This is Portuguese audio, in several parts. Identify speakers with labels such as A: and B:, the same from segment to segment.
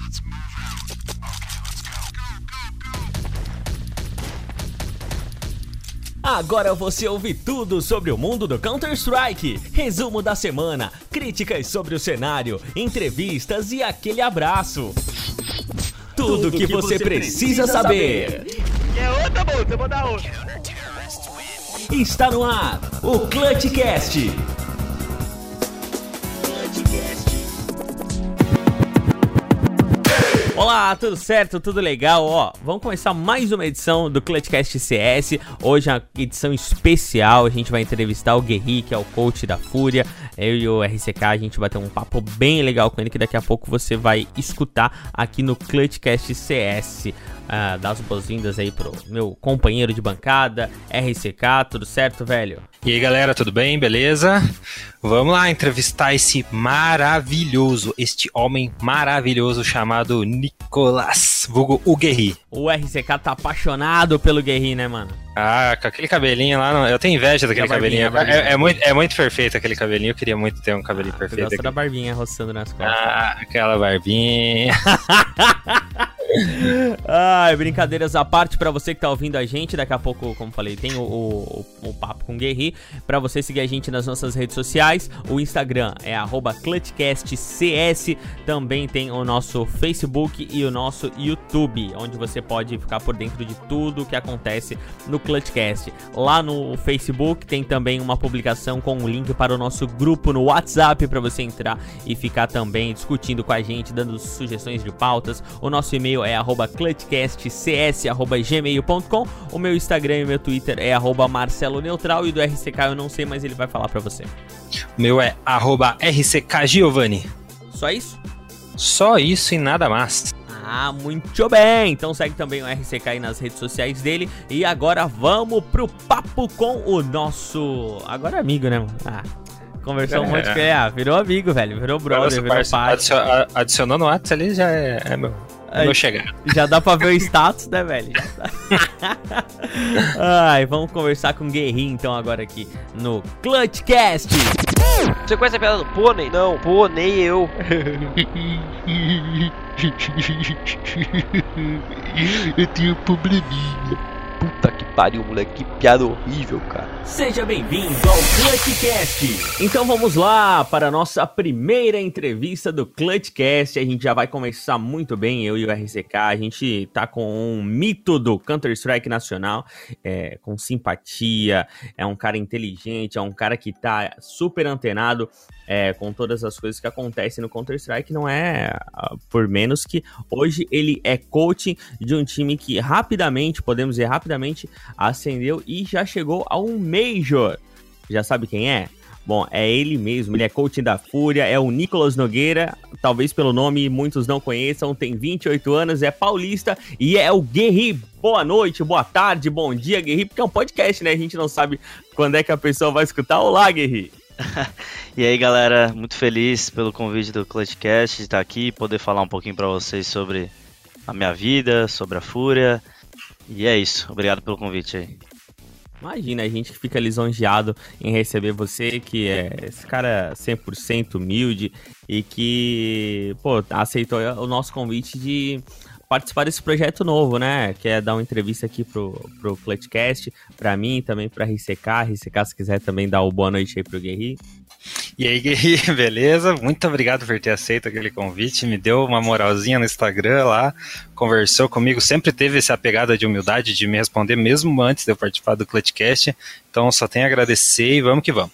A: Agora você ouve tudo sobre o mundo do Counter-Strike. Resumo da semana, críticas sobre o cenário, entrevistas e aquele abraço. Tudo que você precisa saber.
B: É outra, bom, eu vou dar outra.
A: Está no ar, o ClutchCast. Olá, tudo certo? Tudo legal? Ó, vamos começar mais uma edição do ClutchCast CS. Hoje é uma edição especial, a gente vai entrevistar o Guerri, que é o coach da Fúria. Eu e o RCK, a gente vai ter um papo bem legal com ele, que daqui a pouco você vai escutar aqui no ClutchCast CS. Dá as boas-vindas aí pro meu companheiro de bancada, RCK, tudo certo, velho?
C: E aí, galera, tudo bem? Beleza? Vamos lá entrevistar este homem maravilhoso chamado Nicolas, vulgo o Guerri.
A: O RCK tá apaixonado pelo Guerri, né, mano?
C: Ah, com aquele cabelinho lá, eu tenho inveja daquele cabelinho. É muito perfeito aquele cabelinho, eu queria muito ter um cabelinho perfeito.
A: Gosta da barbinha roçando nas costas.
C: Ah, aquela barbinha.
A: Ai, brincadeiras à parte, pra você que tá ouvindo a gente, daqui a pouco, como falei, tem o papo com o Guerri, pra você seguir a gente nas nossas redes sociais, o Instagram é @ClutchCastCS, também tem o nosso Facebook e o nosso YouTube, onde você pode ficar por dentro de tudo que acontece no ClutchCast. Lá no Facebook tem também uma publicação com um link para o nosso grupo no WhatsApp, pra você entrar e ficar também discutindo com a gente, dando sugestões de pautas. O nosso e-mail é @clutchcastcs@gmail.com. O meu Instagram e o meu Twitter é @marceloneutral, e do RCK eu não sei, mas ele vai falar pra você.
C: O meu é @RCKGiovanni.
A: Só isso?
C: Só isso e nada mais.
A: Ah, muito bem! Então segue também o RCK aí nas redes sociais dele. E agora vamos pro papo com o nosso... Agora amigo, né, mano? Conversou um monte de... virou amigo, velho. Virou brother, virou pai.
C: Adicionou no WhatsApp ali, já é meu... Vou chegar.
A: Já dá pra ver o status, né, velho? Ai, vamos conversar com o Guerri, então, agora aqui no ClutchCast.
B: Você conhece a piada do pônei? Não, pônei eu. Eu tenho um probleminha. Puta que pariu, moleque, que piada horrível, cara.
A: Seja bem-vindo ao ClutchCast. Então vamos lá para a nossa primeira entrevista do ClutchCast. A gente já vai começar muito bem, eu e o RCK. A gente tá com um mito do Counter-Strike nacional, com simpatia, é um cara inteligente, é um cara que tá super antenado com todas as coisas que acontecem no Counter-Strike. Não é por menos que hoje ele é coach de um time que rapidamente, podemos dizer rapidamente, ascendeu e já chegou a um Major. Já sabe quem é? Bom, é ele mesmo, ele é coach da Fúria, é o Nicolas Nogueira, talvez pelo nome muitos não conheçam, tem 28 anos, é paulista e é o Guerri. Boa noite, boa tarde, bom dia, Guerri, porque é um podcast, né? A gente não sabe quando é que a pessoa vai escutar. Olá, Guerri.
D: E aí, galera, muito feliz pelo convite do ClutchCast, de estar aqui, poder falar um pouquinho pra vocês sobre a minha vida, sobre a Fúria. E é isso, obrigado pelo convite aí.
A: Imagina, a gente que fica lisonjeado em receber você, que é esse cara 100% humilde e que, aceitou o nosso convite de participar desse projeto novo, né? Que é dar uma entrevista aqui pro ClutchCast, pra mim e também pra RCK. RCK, se quiser também dar o boa noite aí pro Guerri.
C: E aí, Guerri, beleza? Muito obrigado por ter aceito aquele convite, me deu uma moralzinha no Instagram lá, conversou comigo, sempre teve essa pegada de humildade de me responder mesmo antes de eu participar do ClutchCast, então só tenho a agradecer e vamos que vamos.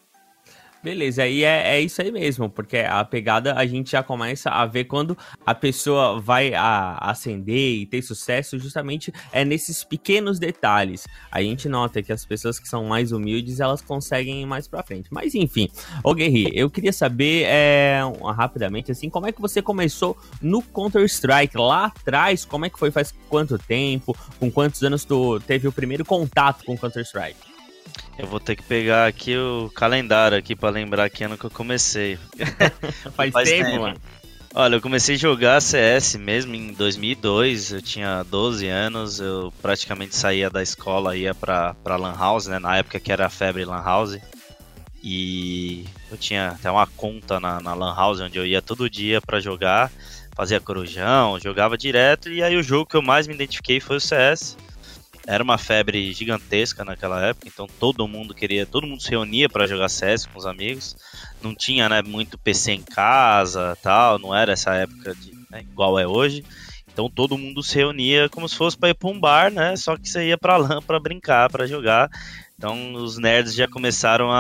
A: Beleza, e é isso aí mesmo, porque a pegada a gente já começa a ver quando a pessoa vai ascender e ter sucesso, justamente nesses pequenos detalhes. A gente nota que as pessoas que são mais humildes, elas conseguem ir mais pra frente. Mas enfim, ô Guerri, eu queria saber rapidamente, assim, como é que você começou no Counter-Strike lá atrás? Como é que foi? Faz quanto tempo? Com quantos anos tu teve o primeiro contato com Counter-Strike?
D: Eu vou ter que pegar aqui o calendário aqui pra lembrar que ano que eu comecei.
A: Faz tempo, mano.
D: Olha, eu comecei a jogar CS mesmo em 2002, eu tinha 12 anos, eu praticamente saía da escola, ia pra Lan House, né, na época que era a febre Lan House. E eu tinha até uma conta na Lan House, onde eu ia todo dia pra jogar, fazia corujão, jogava direto, e aí o jogo que eu mais me identifiquei foi o CS. Era uma febre gigantesca naquela época, então todo mundo se reunia para jogar CS com os amigos. Não tinha, né, muito PC em casa, tal, não era essa época igual é hoje. Então todo mundo se reunia como se fosse para ir para um bar, né? Só que você ia para LAN para brincar, para jogar. Então os nerds já começaram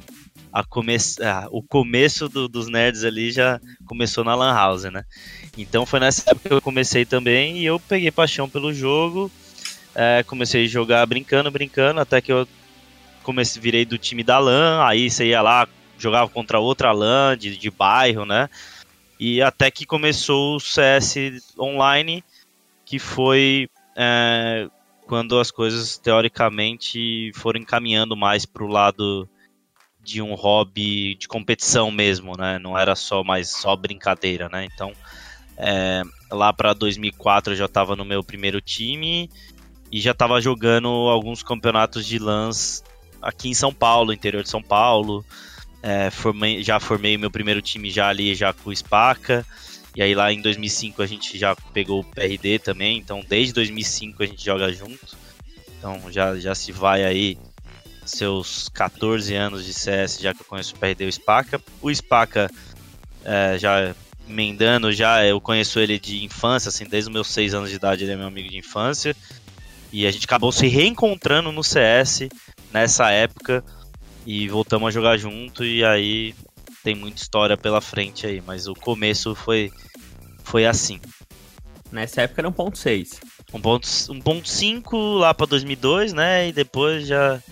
D: o começo dos nerds ali já começou na Lan House, né? Então foi nessa época que eu comecei também e eu peguei paixão pelo jogo. Comecei a jogar brincando, até que eu virei do time da LAN, aí você ia lá, jogava contra outra LAN de bairro, né? E até que começou o CS online, que foi quando as coisas teoricamente foram encaminhando mais para o lado de um hobby de competição mesmo, né? Não era só brincadeira, né? Então, lá para 2004 eu já estava no meu primeiro time e já estava jogando alguns campeonatos de LANs aqui em São Paulo, interior de São Paulo. Já formei meu primeiro time já com o Spaca. E aí lá em 2005 a gente já pegou o PRD também. Então desde 2005 a gente joga junto. Então já se vai aí seus 14 anos de CS já que eu conheço o PRD e o Spaca. O Spaca já emendando, eu conheço ele de infância, assim, desde os meus 6 anos de idade ele é meu amigo de infância. E a gente acabou se reencontrando no CS nessa época e voltamos a jogar junto, e aí tem muita história pela frente aí, mas o começo foi assim.
A: Nessa época era 1.6.
D: 1.5 lá pra 2002, né, e depois já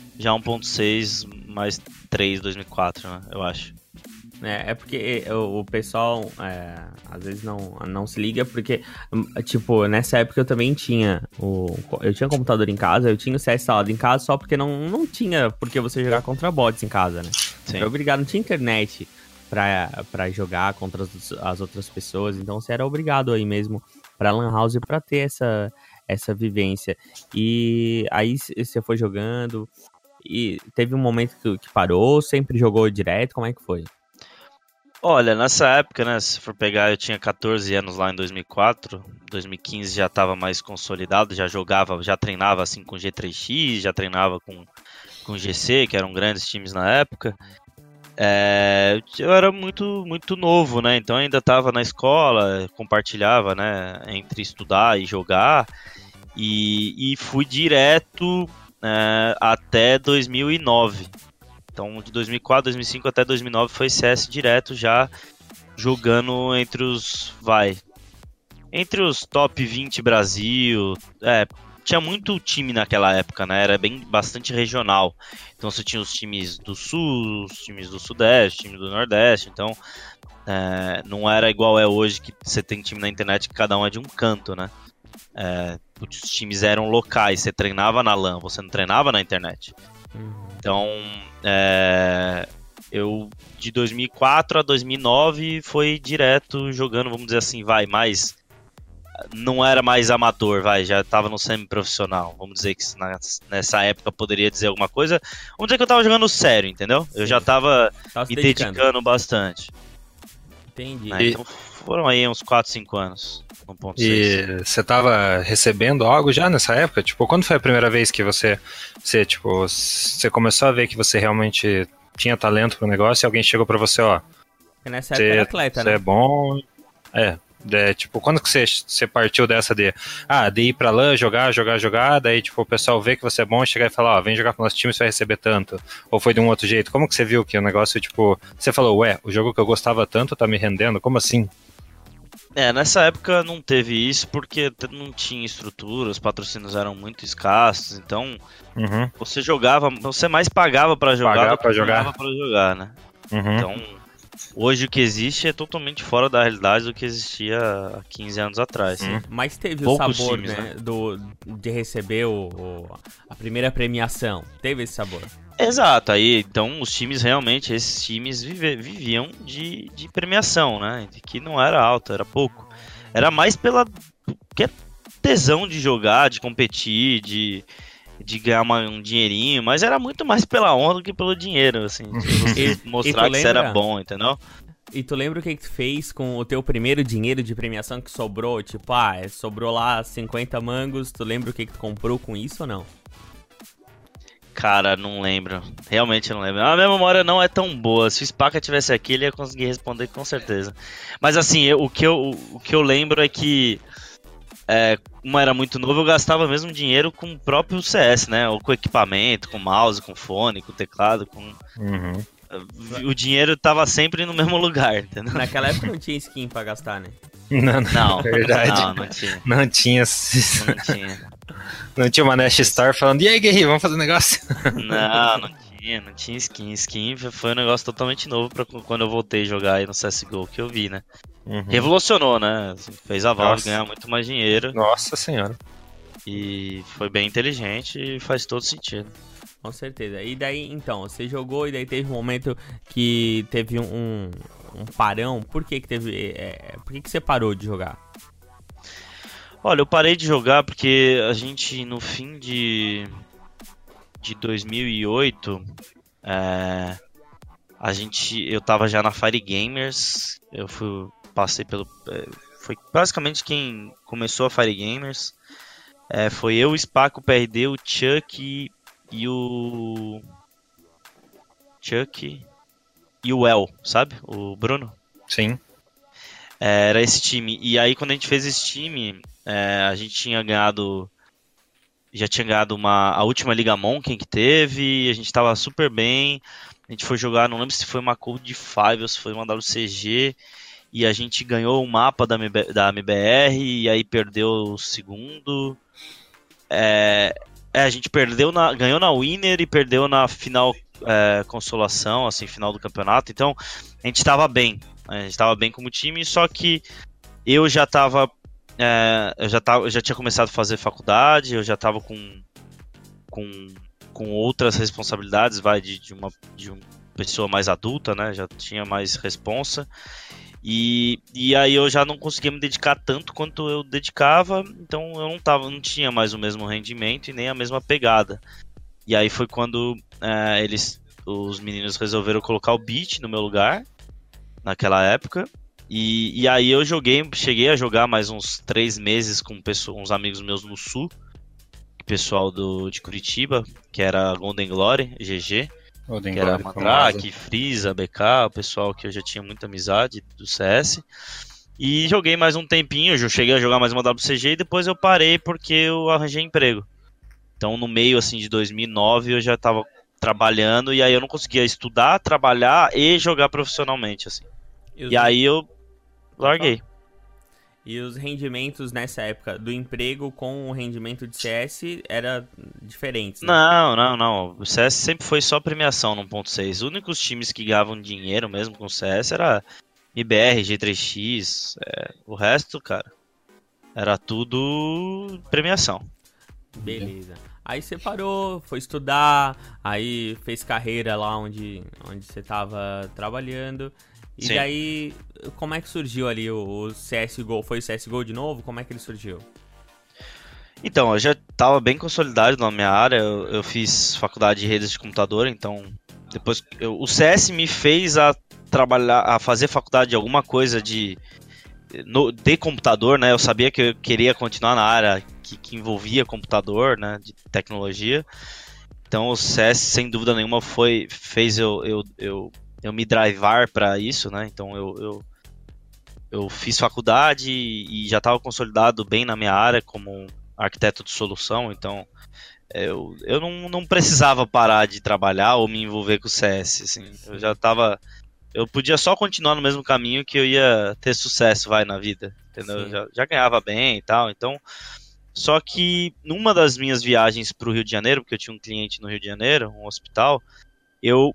D: 1.6 mais 3 2004, né, eu acho.
A: É porque o pessoal às vezes não se liga, porque, tipo, nessa época eu também tinha eu tinha computador em casa, eu tinha o CS instalado em casa, só porque não tinha por que você jogar contra bots em casa, né?
D: Sim.
A: Era obrigado, não tinha internet pra jogar contra as outras pessoas, então você era obrigado aí mesmo pra Lan House pra ter essa vivência. E aí você foi jogando, e teve um momento que parou, sempre jogou direto, como é que foi?
D: Olha, nessa época, né, se for pegar, eu tinha 14 anos lá em 2004, 2015 já estava mais consolidado, já treinava assim com G3X, já treinava com GC, que eram grandes times na época. Eu era muito, muito novo, né, então ainda estava na escola, compartilhava, né, entre estudar e jogar, e fui direto até 2009. Então, de 2004, 2005 até 2009 foi CS direto, já jogando entre os top 20 Brasil. Tinha muito time naquela época, né? Era bastante regional. Então você tinha os times do Sul, os times do Sudeste, time do Nordeste. Então não era igual é hoje, que você tem time na internet que cada um é de um canto, né? Os times eram locais, você treinava na LAN, você não treinava na internet. Então, eu de 2004 a 2009 foi direto jogando, vamos dizer assim, mas não era mais amador, já estava no semi-profissional. Vamos dizer que nessa época poderia dizer alguma coisa. Vamos dizer que eu estava jogando sério, entendeu? Sim. Eu já estava me dedicando bastante.
A: Entendi.
D: Então foram aí uns 4, 5 anos. 1.6.
C: E você estava recebendo algo já nessa época? Tipo, quando foi a primeira vez que você começou a ver que você realmente tinha talento pro negócio e alguém chegou pra você, ó...
A: Porque nessa época era atleta, né?
C: Você é bom... tipo, quando que você partiu dessa de ir pra LAN, jogar, daí tipo, o pessoal vê que você é bom e chegar e falar, ó, vem jogar pro nosso time, você vai receber tanto? Ou foi de um outro jeito? Como que você viu que o negócio, tipo, você falou, o jogo que eu gostava tanto tá me rendendo? Como assim?
D: Nessa época não teve isso porque não tinha estrutura, os patrocínios eram muito escassos, então você jogava, você mais pagava pra jogar do que pagava pra jogar, né? Então, hoje o que existe é totalmente fora da realidade do que existia há 15 anos atrás.
A: Mas teve
D: Poucos
A: o sabor,
D: times,
A: né? De receber a primeira premiação. Teve esse sabor.
D: Exato, aí então os times realmente, esses times viviam de premiação, né? Que não era alta, era pouco. Era mais que tesão de jogar, de competir, de ganhar um dinheirinho, mas era muito mais pela honra do que pelo dinheiro, assim, de você mostrar que você era bom, entendeu?
A: E tu lembra o que tu fez com o teu primeiro dinheiro de premiação que sobrou? Tipo, sobrou lá 50 mangos, tu lembra o que tu comprou com isso ou não?
D: Cara, não lembro. Realmente não lembro. A minha memória não é tão boa. Se o Spaca tivesse aqui, ele ia conseguir responder com certeza. Mas assim, o que eu lembro é que, como era muito novo, eu gastava mesmo dinheiro com o próprio CS, né? Ou com equipamento, com mouse, com fone, com teclado, com...
C: Uhum.
D: O dinheiro tava sempre no mesmo lugar, entendeu?
A: Naquela época não tinha skin pra gastar, né?
D: Não,
C: verdade.
D: Não tinha.
C: Não tinha.
D: Não tinha.
C: Não tinha uma Nash Star falando, e aí, Guerri, vamos fazer um negócio?
D: Não tinha skin. Skin foi um negócio totalmente novo pra quando eu voltei a jogar aí no CSGO que eu vi, né?
C: Uhum.
D: Revolucionou, né? Assim, fez a Valve
C: Nossa.
D: ganhar muito mais dinheiro.
C: Nossa senhora.
D: E foi bem inteligente e faz todo sentido.
A: Com certeza. E daí, então, você jogou e daí teve um momento que teve um parão. Por que teve... por que você parou de jogar?
D: Olha, eu parei de jogar porque a gente, no fim de 2008, eu tava já na Fire Gamers, passei pelo... foi basicamente quem começou a Fire Gamers. Foi eu, o Spaco, o PRD, o Chuck e o... El, sabe? O Bruno.
C: Sim.
D: Era esse time. E aí, quando a gente fez esse time, a gente tinha ganhado... Já tinha ganhado a última Liga Monken que teve, a gente tava super bem. A gente foi jogar, não lembro se foi uma Code 5 ou se foi uma WCG, e a gente ganhou o mapa da MBR, e aí perdeu o segundo. A gente ganhou na Winner e perdeu na final consolação, assim, final do campeonato. Então, a gente tava bem. A gente tava bem como time, só que eu já tava... eu já tinha começado a fazer faculdade, eu já tava com outras responsabilidades, de uma pessoa mais adulta, né? Já tinha mais responsa. E aí eu já não conseguia me dedicar tanto quanto eu dedicava, então eu não tinha mais o mesmo rendimento e nem a mesma pegada. E aí foi quando os meninos resolveram colocar o Beat no meu lugar, naquela época. E aí eu cheguei a jogar mais uns 3 meses com uns amigos meus no Sul, pessoal de Curitiba, que era Golden Glory, GG. Que era Mandrake, Freeza, BK, o pessoal que eu já tinha muita amizade do CS. E joguei mais um tempinho, eu cheguei a jogar mais uma WCG e depois eu parei porque eu arranjei emprego. Então no meio assim de 2009 eu já estava trabalhando e aí eu não conseguia estudar, trabalhar e jogar profissionalmente, assim. E aí eu larguei.
A: E os rendimentos nessa época do emprego com o rendimento de CS era diferentes, né?
D: Não. O CS sempre foi só premiação no 1.6. Os únicos times que ganhavam dinheiro mesmo com o CS era IBR, G3X. O resto, cara, era tudo premiação.
A: Beleza. Aí você parou, foi estudar, aí fez carreira lá onde você tava trabalhando. E
D: Sim.
A: daí, como é que surgiu ali o CSGO? Foi o CSGO de novo? Como é que ele surgiu?
D: Então, eu já estava bem consolidado na minha área, eu fiz faculdade de redes de computador, então depois o CS me fez a fazer faculdade de alguma coisa de computador, né? Eu sabia que eu queria continuar na área que envolvia computador, né? De tecnologia. Então o CS, sem dúvida nenhuma, fez eu me drivar para isso, né? Então eu fiz faculdade e já estava consolidado bem na minha área como arquiteto de solução, então eu não precisava parar de trabalhar ou me envolver com o CS, assim, eu podia só continuar no mesmo caminho que eu ia ter sucesso, na vida, entendeu? Eu já ganhava bem e tal, então, só que numa das minhas viagens para o Rio de Janeiro, porque eu tinha um cliente no Rio de Janeiro, um hospital, eu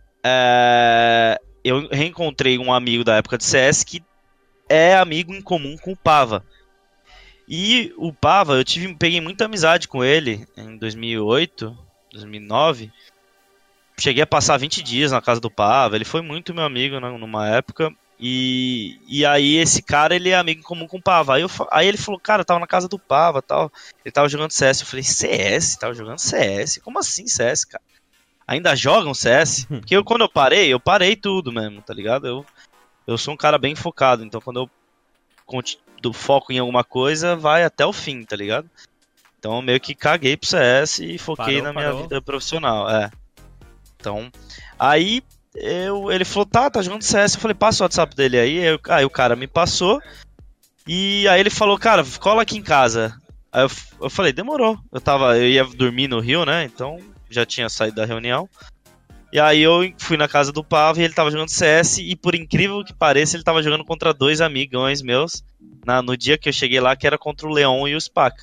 D: reencontrei um amigo da época de CS que é amigo em comum com o Pava. E o Pava, peguei muita amizade com ele em 2008, 2009. Cheguei a passar 20 dias na casa do Pava, ele foi muito meu amigo numa época. E aí esse cara, ele é amigo em comum com o Pava. Aí ele falou, cara, eu tava na casa do Pava e tal. Ele tava jogando CS. Eu falei, CS? Tava jogando CS? Como assim CS, cara? Ainda jogam CS? Porque quando eu parei tudo mesmo, tá ligado? Eu sou um cara bem focado, então quando eu foco em alguma coisa, vai até o fim, tá ligado? Então eu meio que caguei pro CS e foquei na minha vida profissional, Então, aí ele falou, tá jogando CS, eu falei, passa o WhatsApp dele aí o cara me passou, e aí ele falou, cara, cola aqui em casa. Aí eu falei, demorou, eu ia dormir no Rio, né, então já tinha saído da reunião, e aí eu fui na casa do Pava e ele tava jogando CS, e por incrível que pareça, ele tava jogando contra 2 amigões meus, no dia que eu cheguei lá, que era contra o Leon e o Spaca.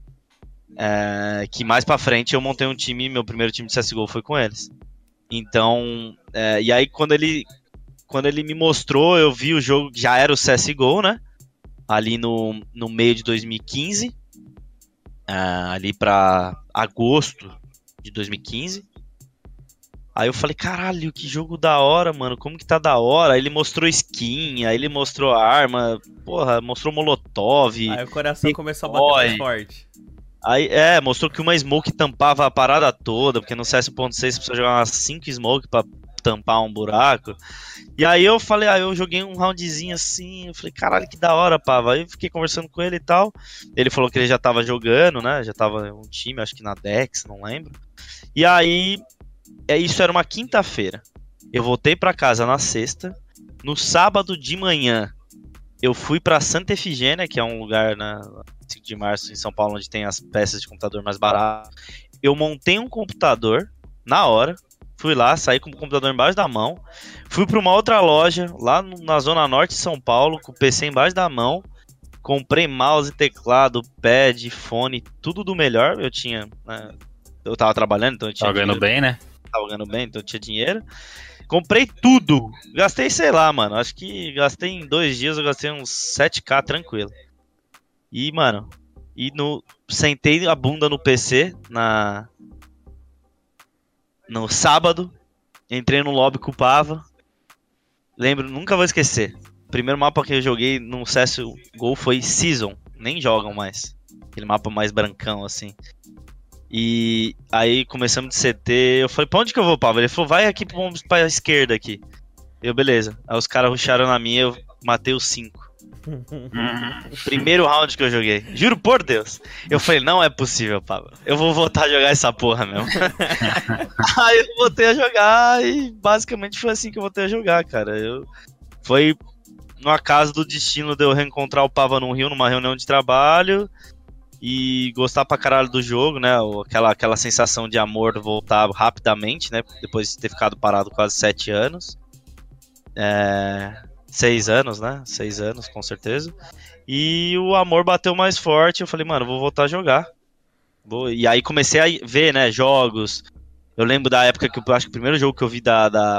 D: Que mais pra frente eu montei um time, meu primeiro time de CSGO foi com eles. Então, e aí quando ele me mostrou, eu vi o jogo, já era o CSGO, né? Ali no meio de 2015, ali pra agosto de 2015. Aí eu falei, caralho, que jogo da hora, mano, como que tá da hora? Aí ele mostrou skin, aí ele mostrou arma, porra, mostrou molotov.
A: Aí o coração começou a bater mais forte.
D: Aí, mostrou que uma smoke tampava a parada toda, porque no CS 1.6 você precisa jogar umas 5 smoke pra tampar um buraco. E aí eu falei, eu joguei um roundzinho assim, eu falei, caralho, que da hora, Pava. Aí eu fiquei conversando com ele e tal. Ele falou que ele já tava jogando, né, já tava um time, acho que na Dex, não lembro. E aí, isso era uma quinta-feira. Eu voltei pra casa na sexta. No sábado de manhã, eu fui pra Santa Efigênia, que é um lugar na 5 de março em São Paulo, onde tem as peças de computador mais baratas. Eu montei um computador na hora, fui lá, saí com o computador embaixo da mão, fui pra uma outra loja, lá na zona norte de São Paulo, com o PC embaixo da mão, comprei mouse, teclado, pad, fone, tudo do melhor. Eu tinha, né, eu tava trabalhando, então eu tinha
C: dinheiro. Bem, né?
D: Tava ganhando bem, então eu tinha dinheiro. Comprei tudo. Gastei, sei lá, mano. Acho que gastei em 2 dias, eu gastei uns 7k tranquilo. E, mano, sentei a bunda no PC no sábado. Entrei no lobby com o Pava. Lembro, nunca vou esquecer. O primeiro mapa que eu joguei no CSGO foi Season. Nem jogam mais. Aquele mapa mais brancão, assim. E aí começamos de CT, eu falei, pra onde que eu vou, Pava? Ele falou, vai aqui pra esquerda aqui. Eu, beleza. Aí os caras rusharam na minha, eu matei os 5. Primeiro round que eu joguei. Juro por Deus. Eu falei, não é possível, Pava. Eu vou voltar a jogar essa porra mesmo. Aí eu voltei a jogar e basicamente foi assim que eu voltei a jogar, cara. Foi no acaso do destino de eu reencontrar o Pava no Rio, numa reunião de trabalho. E gostar pra caralho do jogo, né? Aquela sensação de amor voltar rapidamente, né? Depois de ter ficado parado quase 7 anos. 6 anos, né? 6 anos, com certeza. E o amor bateu mais forte. Eu falei, mano, vou voltar a jogar. E aí comecei a ver, né? Jogos. Eu lembro da época que eu acho que o primeiro jogo que eu vi da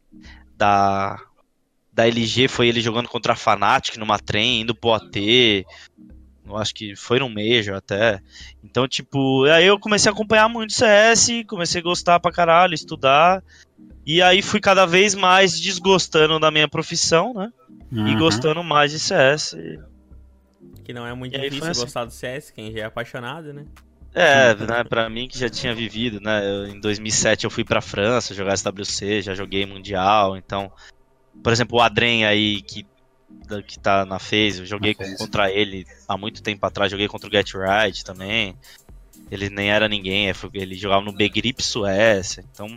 D: LG foi ele jogando contra a Fnatic numa trem, indo pro AT. Eu acho que foi no Major até. Então, tipo, aí eu comecei a acompanhar muito CS, comecei a gostar pra caralho, estudar. E aí fui cada vez mais desgostando da minha profissão, né? E gostando mais de CS.
A: Que não é muito difícil gostar do CS, quem já é apaixonado, né?
D: Né, pra mim que já tinha vivido, né? Em 2007 eu fui pra França jogar SWC, já joguei Mundial. Então, por exemplo, o Adrien aí, que tá na FaZe, eu joguei contra ele há muito tempo atrás, joguei contra o Get Right também. Ele nem era ninguém, ele jogava no Begrip Suécia, então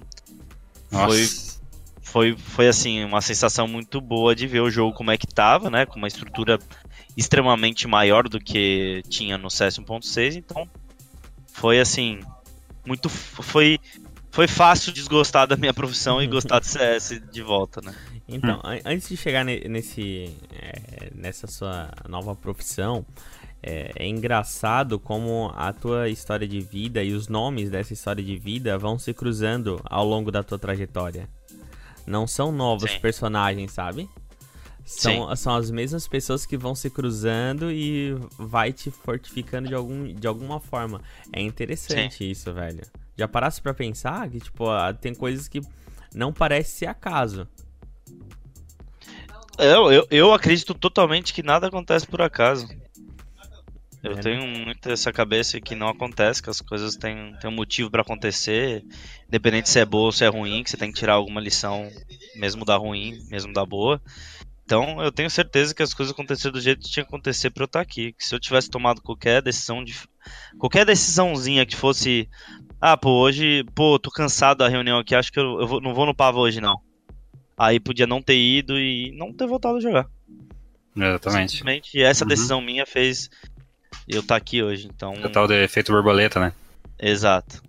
D: foi assim, uma sensação muito boa de ver o jogo como é que tava, né, com uma estrutura extremamente maior do que tinha no CS 1.6, então foi assim, foi fácil desgostar da minha profissão e gostar de CS de volta, né.
A: Então, antes de chegar nessa sua nova profissão, é engraçado como a tua história de vida e os nomes dessa história de vida vão se cruzando ao longo da tua trajetória. Não são novos personagens, sabe? São as mesmas pessoas que vão se cruzando e vai te fortificando de alguma forma. É interessante isso, velho. Já parasse pra pensar que, tipo, tem coisas que não parece ser acaso.
D: Eu acredito totalmente que nada acontece por acaso. Eu tenho muito essa cabeça que não acontece, que as coisas têm um motivo pra acontecer, independente se é boa ou se é ruim, que você tem que tirar alguma lição, mesmo da ruim, mesmo da boa. Então eu tenho certeza que as coisas aconteceram do jeito que tinha que acontecer pra eu estar aqui. Que se eu tivesse tomado qualquer decisãozinha que fosse, hoje, tô cansado da reunião aqui, acho que não vou no Pava hoje não. Aí podia não ter ido e não ter voltado a jogar.
C: Exatamente.
D: Simplesmente essa decisão minha fez eu estar aqui hoje, então...
C: O tal de efeito borboleta, né?
D: Exato.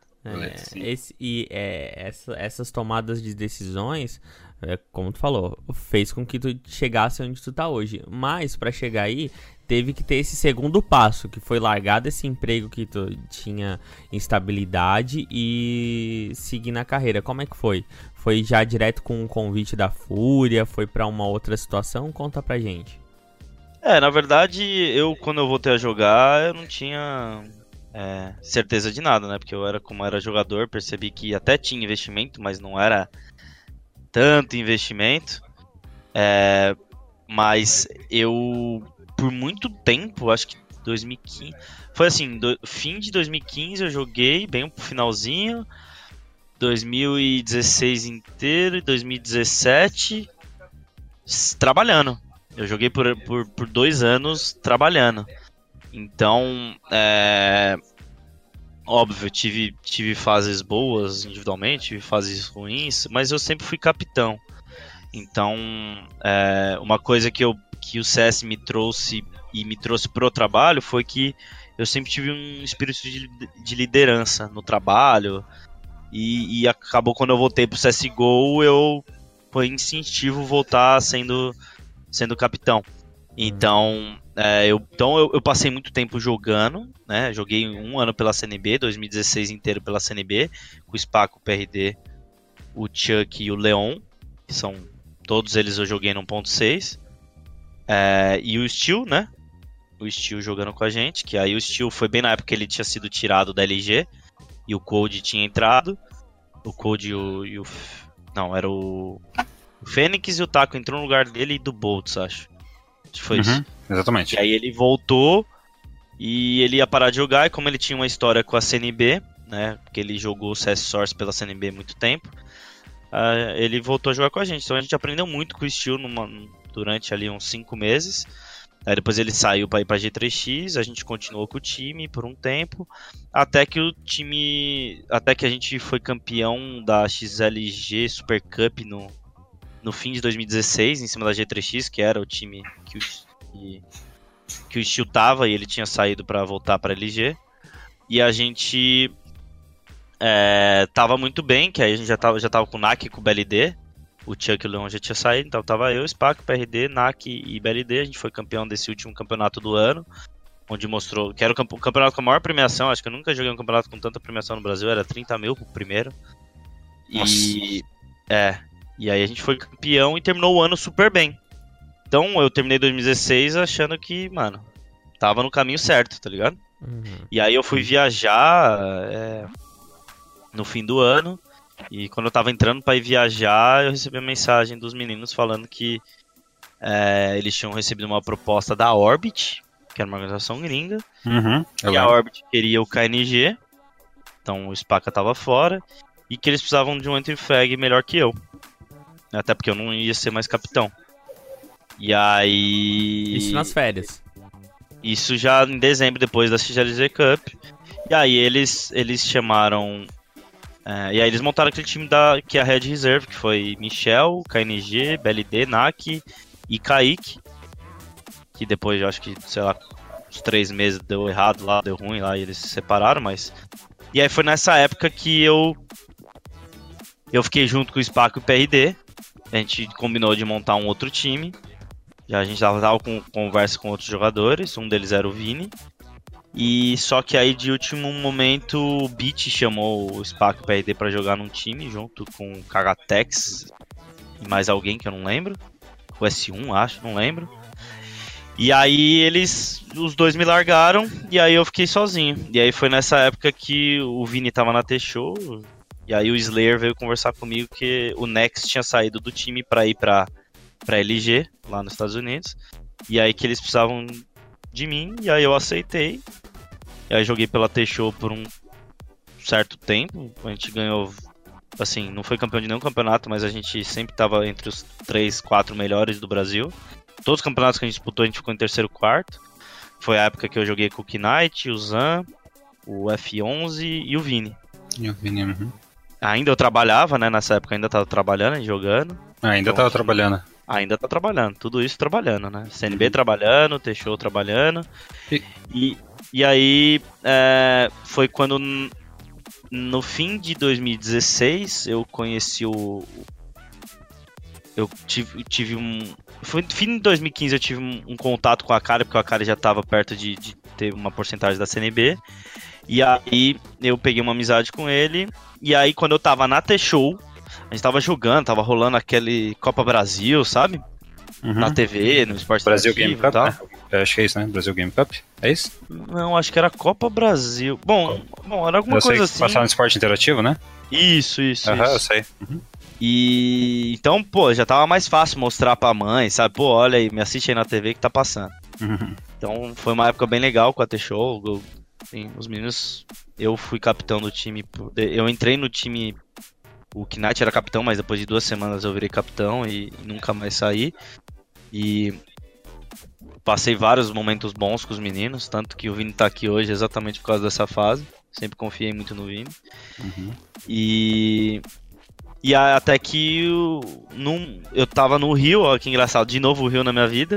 A: Essas tomadas de decisões, como tu falou, fez com que tu chegasse onde tu tá hoje. Mas pra chegar aí, teve que ter esse segundo passo, que foi largar desse emprego que tu tinha instabilidade e seguir na carreira. Como é que foi? Foi já direto com um convite da Fúria? Foi pra uma outra situação? Conta pra gente.
D: Na verdade, quando eu voltei a jogar, eu não tinha certeza de nada, né? Porque como era jogador, percebi que até tinha investimento, mas não era tanto investimento. Mas eu, por muito tempo, acho que 2015... Foi assim, fim de 2015 eu joguei bem pro finalzinho, 2016 inteiro e 2017 trabalhando. Eu joguei por 2 anos trabalhando. Então, óbvio, eu tive fases boas individualmente, tive fases ruins, mas eu sempre fui capitão. Então, uma coisa que o CS me trouxe pro trabalho foi que eu sempre tive um espírito de liderança no trabalho. E acabou quando eu voltei pro CSGO, foi instintivo voltar sendo capitão. Então, eu passei muito tempo jogando, né? Joguei 1 ano pela CNB, 2016 inteiro pela CNB, com o Spaco, o PRD, o Chuck e o Leon, que são todos eles eu joguei no 1.6. E o Steel, né? O Steel jogando com a gente, que aí o Steel foi bem na época que ele tinha sido tirado da LG e o Cold tinha entrado. O Cold não, era o Fênix e o Taco entrou no lugar dele e do Boltz, acho que foi isso.
C: Exatamente.
D: E aí ele voltou e ele ia parar de jogar, e como ele tinha uma história com a CNB, né, porque ele jogou o CS Source pela CNB há muito tempo, ele voltou a jogar com a gente. Então a gente aprendeu muito com o Steel durante ali uns 5 meses. Aí depois ele saiu para ir pra G3X, a gente continuou com o time por um tempo, até que a gente foi campeão da XLG Super Cup no fim de 2016, em cima da G3X, que era o time que o Steel tava, e ele tinha saído para voltar para LG. E a gente tava muito bem, que aí a gente já tava com o NAC e com o BLD. O Chuck e o Leon já tinha saído, então tava eu, Spaco, PRD, NAC e BLD. A gente foi campeão desse último campeonato do ano, onde mostrou que era o campeonato com a maior premiação. Acho que eu nunca joguei um campeonato com tanta premiação no Brasil, era 30 mil pro primeiro. E aí a gente foi campeão e terminou o ano super bem. Então eu terminei 2016 achando que, mano, tava no caminho certo, tá ligado? E aí eu fui viajar no fim do ano. E quando eu tava entrando pra ir viajar, eu recebi a mensagem dos meninos falando que eles tinham recebido uma proposta da Orbit, que era uma organização gringa. E a Orbit queria o KNG, então o Spaca tava fora, e que eles precisavam de um entry flag melhor que eu. Até porque eu não ia ser mais capitão. E aí...
A: Isso nas férias.
D: Isso já em dezembro, depois da XLZ Cup. E aí eles chamaram... e aí eles montaram aquele time que é a Red Reserve, que foi Michel, KNG, BLD, NAC e Kaique. Que depois, eu acho que, sei lá, uns 3 meses deu errado lá, deu ruim lá, e eles se separaram, mas... E aí foi nessa época que eu fiquei junto com o Spaco e o PRD. A gente combinou de montar um outro time. Já a gente tava com conversa com outros jogadores, um deles era o Vini. E só que aí de último momento o Beat chamou o Spaco e o PRD pra jogar num time junto com o Kagatex e mais alguém que eu não lembro. O S1, acho, não lembro. E aí os dois me largaram e aí eu fiquei sozinho. E aí foi nessa época que o Vini tava na T-Show. E aí o Slayer veio conversar comigo que o Nex tinha saído do time pra ir pra pra LG, lá nos Estados Unidos. E aí que eles precisavam de mim, e aí eu aceitei. E aí joguei pela T-Show por um certo tempo. A gente ganhou, assim, não foi campeão de nenhum campeonato, mas a gente sempre tava entre os 3, 4 melhores do Brasil. Todos os campeonatos que a gente disputou, a gente ficou em terceiro, quarto. Foi a época que eu joguei com o Knight, o Zan, o F11 e o Vini.
C: E o Vini,
D: Ainda eu trabalhava, né? Nessa época ainda tava trabalhando e jogando.
C: Ainda
D: Então,
C: tava trabalhando.
D: Ainda tá trabalhando, tudo isso trabalhando, né? CNB trabalhando, T-Show trabalhando. E aí foi quando no fim de 2016 eu conheci eu tive um... Foi no fim de 2015 eu tive um contato com a Akari, porque a Akari já tava perto de ter uma porcentagem da CNB. E aí eu peguei uma amizade com ele. E aí quando eu tava na T-Show, a gente tava jogando, tava rolando aquele Copa Brasil, sabe? Na TV, no Esporte
C: Brasil Game Cup,
D: tal.
C: né? Eu acho que é isso, né? Brasil Game Cup, é isso?
D: Não, acho que era Copa Brasil. Bom, era alguma coisa assim.
C: Passar no esporte interativo, né?
D: Isso.
C: Eu sei.
D: E então, pô, já tava mais fácil mostrar pra mãe, sabe? Pô, olha aí, me assiste aí na TV que tá passando. Então foi uma época bem legal com a T-Show. Os meninos, eu fui capitão do time. Eu entrei no time, o Knight era capitão, mas depois de 2 semanas eu virei capitão e nunca mais saí. E passei vários momentos bons com os meninos, tanto que o Vini tá aqui hoje exatamente por causa dessa fase. Sempre confiei muito no Vini. E até que eu tava no Rio, ó, que engraçado, de novo o Rio na minha vida.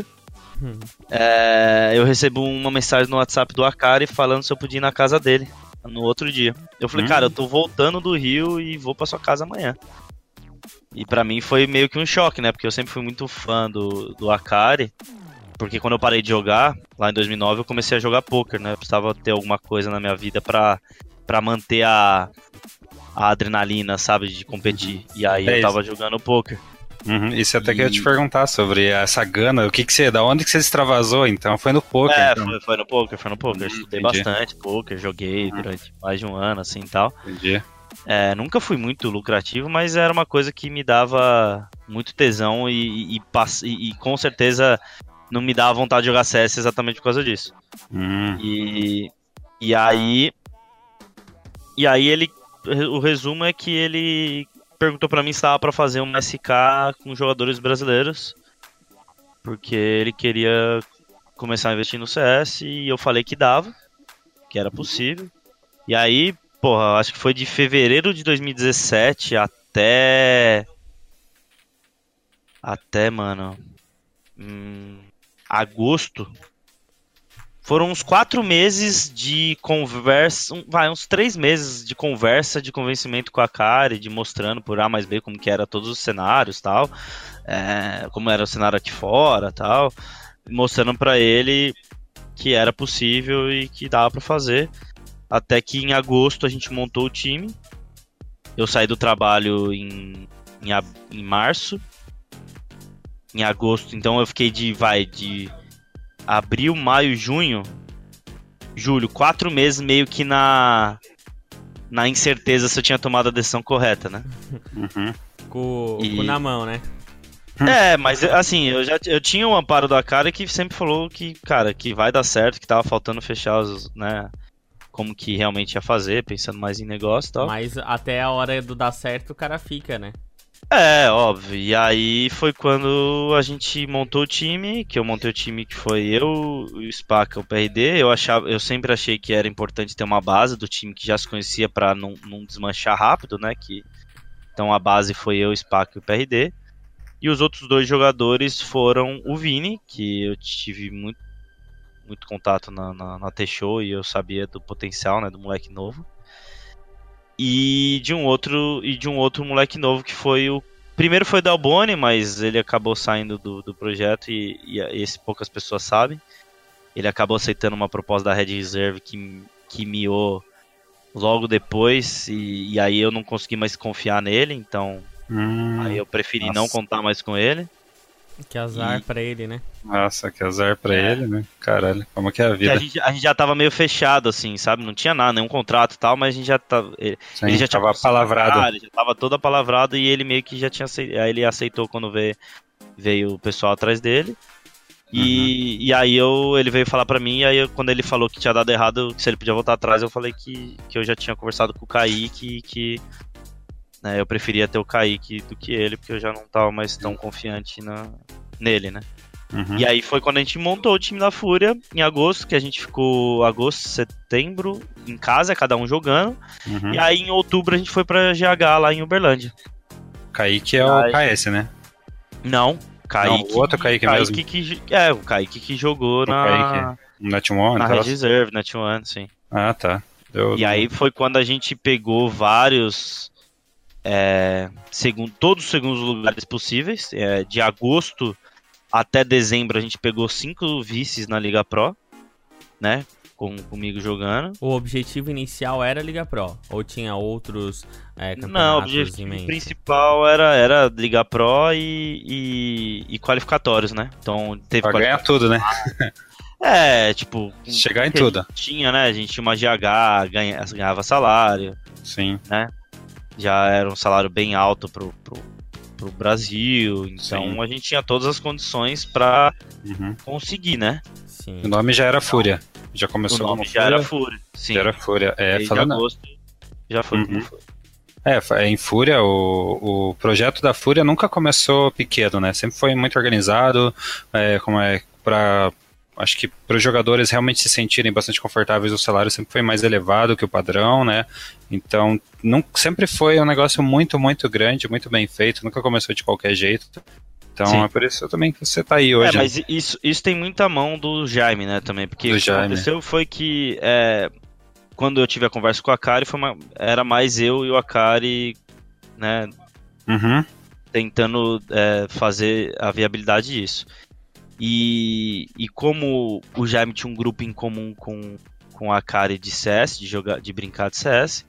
D: Eu recebo uma mensagem no WhatsApp do Akari falando se eu podia ir na casa dele no outro dia. Eu falei, cara, eu tô voltando do Rio e vou pra sua casa amanhã. E pra mim foi meio que um choque, né? Porque eu sempre fui muito fã do Akari. Porque quando eu parei de jogar, lá em 2009, eu comecei a jogar poker, né? Eu precisava ter alguma coisa na minha vida pra manter a adrenalina, sabe? De competir. E aí eu tava jogando poker.
C: Isso até que eu ia te perguntar sobre essa gana, da onde que você extravasou, então? Foi no poker? Então.
D: Foi no poker. Eu estudei bastante poker, joguei durante mais de um ano, assim, e tal.
C: Entendi.
D: Nunca fui muito lucrativo, mas era uma coisa que me dava muito tesão e com certeza não me dava vontade de jogar CS exatamente por causa disso. E aí o resumo é que ele perguntou pra mim se estava pra fazer uma SK com jogadores brasileiros, porque ele queria começar a investir no CS e eu falei que dava, que era possível. E aí, porra, acho que foi de fevereiro de 2017 até, mano, agosto. Foram uns 4 meses de conversa, uns 3 meses de conversa, de convencimento com a Akari, de mostrando por A mais B como que era todos os cenários, tal, como era o cenário aqui fora, tal, mostrando pra ele que era possível e que dava pra fazer. Até que em agosto a gente montou o time. Eu saí do trabalho em março. Em agosto, então eu fiquei de abril, maio, junho, julho, 4 meses meio que na incerteza se eu tinha tomado a decisão correta, né?
A: Com na mão, né?
D: Mas assim, eu tinha um amparo da Akari que sempre falou que, cara, que vai dar certo, que tava faltando fechar os, né, como que realmente ia fazer, pensando mais em negócio e tal.
A: Mas até a hora do dar certo o cara fica, né?
D: Óbvio. E aí foi quando a gente montou o time, que eu montei o time que foi eu, o Spaca, o PRD. Eu sempre achei que era importante ter uma base do time que já se conhecia pra não desmanchar rápido, né? Então a base foi eu, o Spaca e o PRD. E os outros 2 jogadores foram o Vini, que eu tive muito, muito contato na T-Show e eu sabia do potencial, né, do moleque novo. E de um outro moleque novo que foi o... Primeiro foi o Dalboni, mas ele acabou saindo do projeto e esse poucas pessoas sabem. Ele acabou aceitando uma proposta da Red Reserve que miou logo depois e aí eu não consegui mais confiar nele, então aí eu preferi não contar mais com ele.
A: Que azar pra ele, né?
C: Nossa, que azar pra ele, né? Caralho, como que é a vida?
D: A gente já tava meio fechado, assim, sabe? Não tinha nada, nenhum contrato e tal, mas a gente já tava... Ele já
C: tava palavrado.
D: Ele já tava todo apalavrado e ele meio que já tinha aceitado. Aí ele aceitou quando veio veio o pessoal atrás dele. E aí ele veio falar pra mim, e aí quando ele falou que tinha dado errado, que se ele podia voltar atrás, eu falei que eu já tinha conversado com o Kaique, que né, eu preferia ter o Kaique do que ele, porque eu já não tava mais tão confiante nele, né? E aí foi quando a gente montou o time da Fúria, em agosto, que a gente ficou agosto, setembro, em casa, cada um jogando. E aí em outubro a gente foi pra GH lá em Uberlândia.
C: Kaique é o KS, né?
D: Não, Kaique.
C: Não, o outro Kaique mesmo.
D: O Kaique que jogou
C: Net One,
D: na Red Reserve, Net One, sim.
C: Ah, tá.
D: E aí foi quando a gente pegou vários... todos os segundos lugares possíveis. De agosto até dezembro a gente pegou 5 vices na Liga Pro, né? Comigo jogando.
A: O objetivo inicial era Liga Pro? Ou tinha outros campeonatos?
D: Não, o objetivo principal era Liga Pro e qualificatórios, né? Então teve
C: pra ganhar tudo, né?
A: tipo...
C: chegar em tudo.
D: Tinha, né? A gente tinha uma GH, ganhava salário.
C: Sim.
D: Né? Já era um salário bem alto pro Brasil. Então sim, a gente tinha todas as condições pra conseguir, né?
A: Sim.
C: O nome já era Fúria. Já começou
D: o nome já era Fúria. Sim.
C: Já era Fúria.
D: Falando... agosto já foi
C: em Fúria, o projeto da Fúria nunca começou pequeno, né? Sempre foi muito organizado, acho que para os jogadores realmente se sentirem bastante confortáveis, o salário sempre foi mais elevado que o padrão, né? Então, sempre foi um negócio muito, muito grande, muito bem feito, nunca começou de qualquer jeito. Então, sim, é por isso também que você tá aí hoje.
D: Mas isso tem muita mão do Jaime, né, também, porque o que aconteceu foi que quando eu tive a conversa com o Akari, era mais eu e o Akari, né, tentando fazer a viabilidade disso. E como o Jaime tinha um grupo em comum com o Akari de CS, de brincar de CS,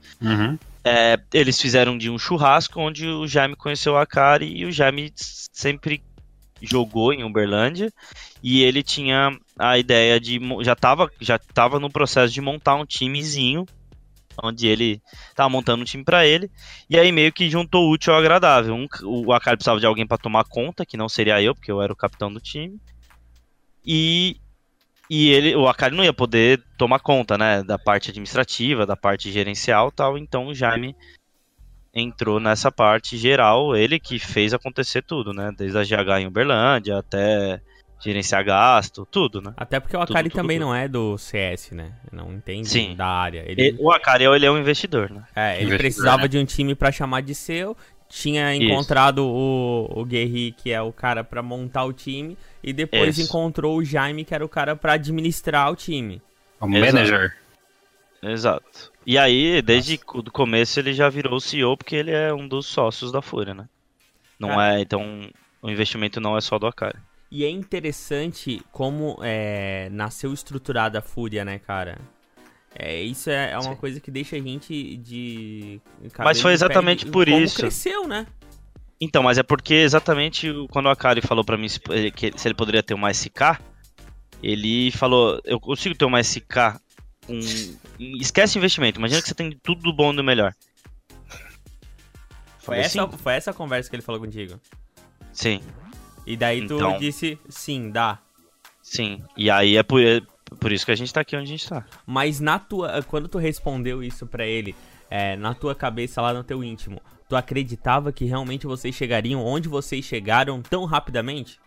D: eles fizeram de um churrasco onde o Jaime conheceu o Akari, e o Jaime sempre jogou em Uberlândia, e ele tinha a ideia de... já tava no processo de montar um timezinho, onde ele tava montando um time pra ele, e aí meio que juntou o útil ao agradável. O Akari precisava de alguém pra tomar conta, que não seria eu, porque eu era o capitão do time, e o Akari não ia poder tomar conta, né, da parte administrativa, da parte gerencial e tal, então o Jaime entrou nessa parte geral, ele que fez acontecer tudo, né, desde a GH em Uberlândia até gerenciar gasto, tudo, né.
A: Até porque o Akari também não é do CS, né, não entende da área.
D: O Akari, ele é um investidor, né.
A: Ele precisava de um time pra chamar de seu, tinha encontrado o Guerri, que é o cara pra montar o time, e depois encontrou o Jaime, que era o cara pra administrar o time.
C: O manager.
D: Exato. E aí, desde o começo, ele já virou o CEO, porque ele é um dos sócios da Fúria, né? Então, o investimento não é só do Akari.
A: E é interessante como nasceu estruturada a Fúria, né, cara? Isso é uma coisa que deixa a gente de...
D: Mas foi exatamente por isso.
A: Cresceu, né?
D: Então, mas é porque exatamente quando o Akari falou pra mim se ele poderia ter uma SK, ele falou, eu consigo ter uma SK com... Esquece investimento, imagina que você tem tudo do bom e do melhor.
A: Foi essa a conversa que ele falou contigo?
D: Sim.
A: E daí tu disse, sim, dá.
D: Sim, e aí é por isso que a gente tá aqui onde a gente tá.
A: Mas quando tu respondeu isso pra ele, na tua cabeça, lá no teu íntimo, tu acreditava que realmente vocês chegariam onde vocês chegaram tão rapidamente?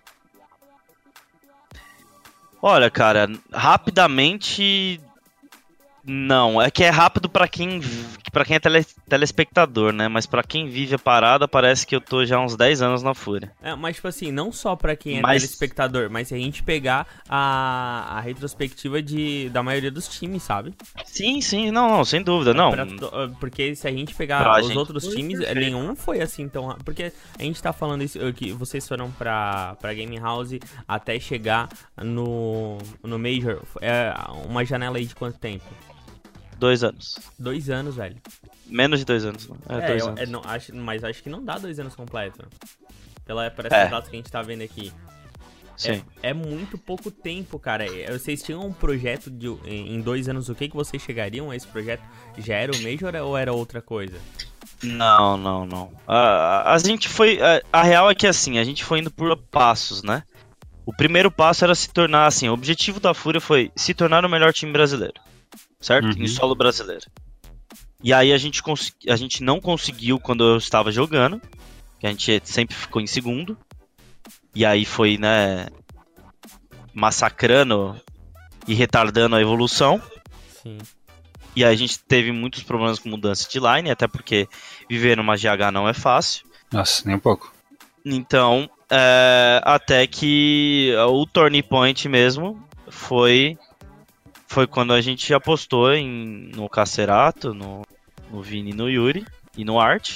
D: Olha, cara, rapidamente... Não, é que é rápido pra quem é telespectador, né? Mas pra quem vive a parada, parece que eu tô já há uns 10 anos na Fúria.
A: Mas tipo assim, não só pra quem é telespectador, mas se a gente pegar a retrospectiva da maioria dos times, sabe?
D: Sim, não, sem dúvida, não.
A: Porque se a gente pegar os outros times, nenhum foi assim tão rápido. Porque a gente tá falando isso, que vocês foram pra Game House até chegar no Major, uma janela aí de quanto tempo?
D: 2 anos.
A: 2 anos, velho.
D: Menos de 2 anos. 2
A: anos. Mas acho que não dá 2 anos completo. Por essas datas que a gente tá vendo aqui.
D: Sim.
A: É muito pouco tempo, cara. Vocês tinham um projeto em 2 anos, o que vocês chegariam a esse projeto? Já era o Major ou era outra coisa?
D: Não. A gente foi. A real é que assim, a gente foi indo por passos, né? O primeiro passo era se tornar assim. O objetivo da Fúria foi se tornar o melhor time brasileiro, certo? Em solo brasileiro. E aí a gente não conseguiu quando eu estava jogando, que a gente sempre ficou em segundo. E aí foi, né, massacrando e retardando a evolução.
A: Sim.
D: E aí a gente teve muitos problemas com mudança de line, até porque viver numa GH não é fácil.
C: Nossa, nem um pouco.
D: Então, até que o turning point mesmo foi quando a gente apostou no Cacerato, no Vini, no Yuri e no Art.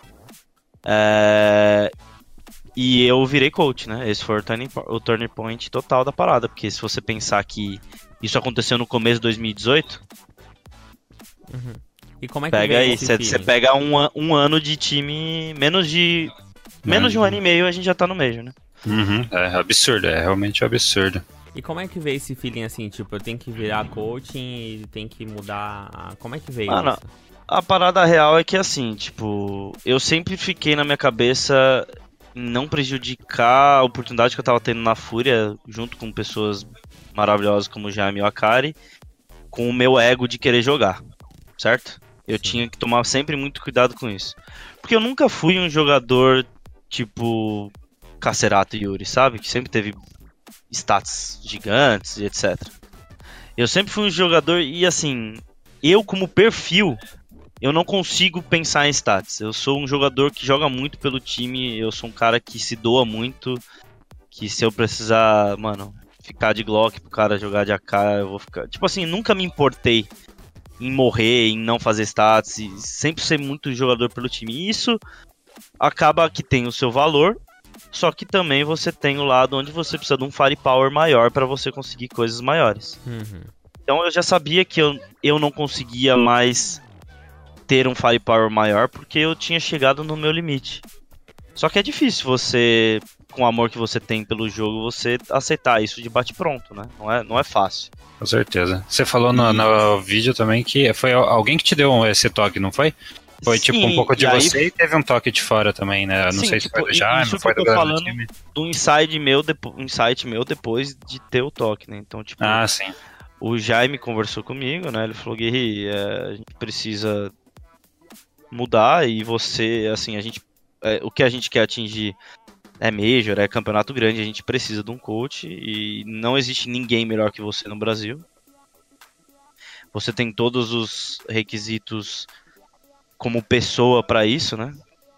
D: E eu virei coach, né? Esse foi o turning point total da parada, porque se você pensar que isso aconteceu no começo de 2018...
A: E como é que
D: Pega
A: veio
D: aí,
A: esse
D: você
A: feeling?
D: pega um ano de time, menos de um ano e meio a gente já tá no Major, né?
C: É absurdo, é realmente absurdo.
A: E como é que veio esse feeling assim, tipo, eu tenho que virar coaching e tem que mudar... Como é que veio
D: Mano,
A: isso?
D: a parada real é que assim, tipo, eu sempre fiquei na minha cabeça em não prejudicar a oportunidade que eu tava tendo na Fúria, junto com pessoas maravilhosas como o Jaime e o Akari, com o meu ego de querer jogar, certo? Eu tinha que tomar sempre muito cuidado com isso. Porque eu nunca fui um jogador tipo Cacerato e Yuri, sabe? Que sempre teve stats gigantes e etc. Eu sempre fui um jogador e assim, eu como perfil, eu não consigo pensar em stats. Eu sou um jogador que joga muito pelo time, eu sou um cara que se doa muito, que se eu precisar, mano, ficar de Glock pro cara jogar de AK, eu vou ficar... Tipo assim, nunca me importei em morrer, em não fazer stats, e sempre ser muito jogador pelo time. E isso acaba que tem o seu valor, só que também você tem o lado onde você precisa de um firepower maior para você conseguir coisas maiores. Então eu já sabia que eu não conseguia mais ter um firepower maior porque eu tinha chegado no meu limite. Só que é difícil você, com o amor que você tem pelo jogo, você aceitar isso de bate-pronto, né? Não é fácil.
C: Com certeza. Você falou no vídeo também que foi alguém que te deu esse toque, não foi? Foi tipo um pouco de você e teve um toque de fora também, né? Não sei se foi do Jaime,
D: isso
C: não foi
D: que eu
C: do
D: tô
C: galera do
D: falando
C: time.
D: do insight meu depois de ter o toque, né? Então, tipo,
C: Sim.
D: o Jaime conversou comigo, né? Ele falou, Guerri, a gente precisa mudar e você, assim, o que a gente quer atingir é Major, é campeonato grande, a gente precisa de um coach e não existe ninguém melhor que você no Brasil. Você tem todos os requisitos como pessoa para isso, né?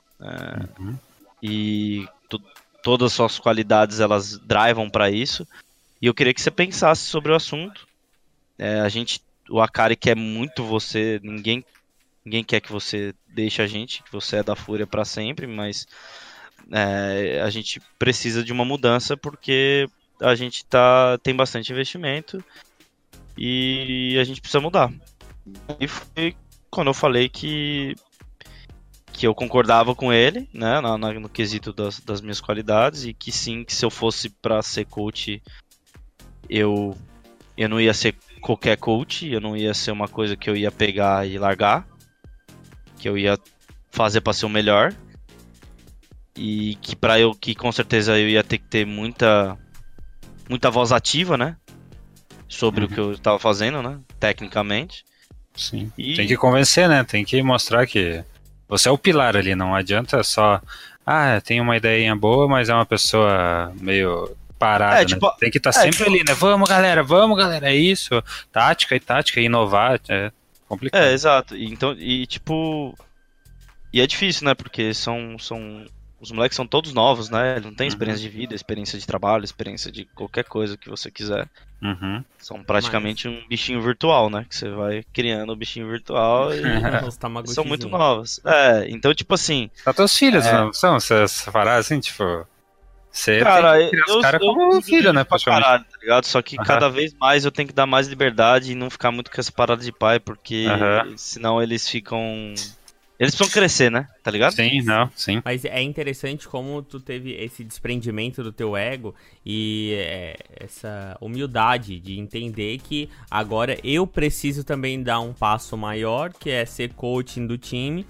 D: E todas as suas qualidades elas drivam para isso. E eu queria que você pensasse sobre o assunto. O Akari quer muito você, ninguém quer que você deixe a gente, que você é da Fúria para sempre, mas a gente precisa de uma mudança porque a gente tem bastante investimento e a gente precisa mudar. E foi quando eu falei que eu concordava com ele, né, no quesito das minhas qualidades, e que sim, que se eu fosse para ser coach, eu não ia ser qualquer coach, eu não ia ser uma coisa que eu ia pegar e largar, que eu ia fazer para ser o melhor, e que com certeza eu ia ter que ter muita voz ativa, né, sobre o que eu estava fazendo, né, tecnicamente.
C: Sim. Tem que convencer, né? Tem que mostrar que você é o pilar ali, não adianta só tem uma ideinha boa, mas é uma pessoa meio parada, tipo, né? Tem que estar sempre ali, né? Vamos galera, é isso. Tática, inovar, é complicado.
D: Exato. Então, tipo... E é difícil, né? Porque os moleques são todos novos, né? Não tem experiência de vida, experiência de trabalho, experiência de qualquer coisa que você quiser. São praticamente um bichinho virtual, né? Que você vai criando o bichinho virtual e são muito novos. Então, tipo assim...
C: São teus filhos, não são? Você parar assim, tipo... Você
D: cara,
C: tem que criar os caras como filho, né?
D: Caralho, tá ligado? Só que cada vez mais eu tenho que dar mais liberdade e não ficar muito com essa parada de pai, porque senão eles ficam... Eles precisam crescer, né? Tá ligado?
C: Sim.
A: Mas é interessante como tu teve esse desprendimento do teu ego e essa humildade de entender que agora eu preciso também dar um passo maior, que é ser coaching do time.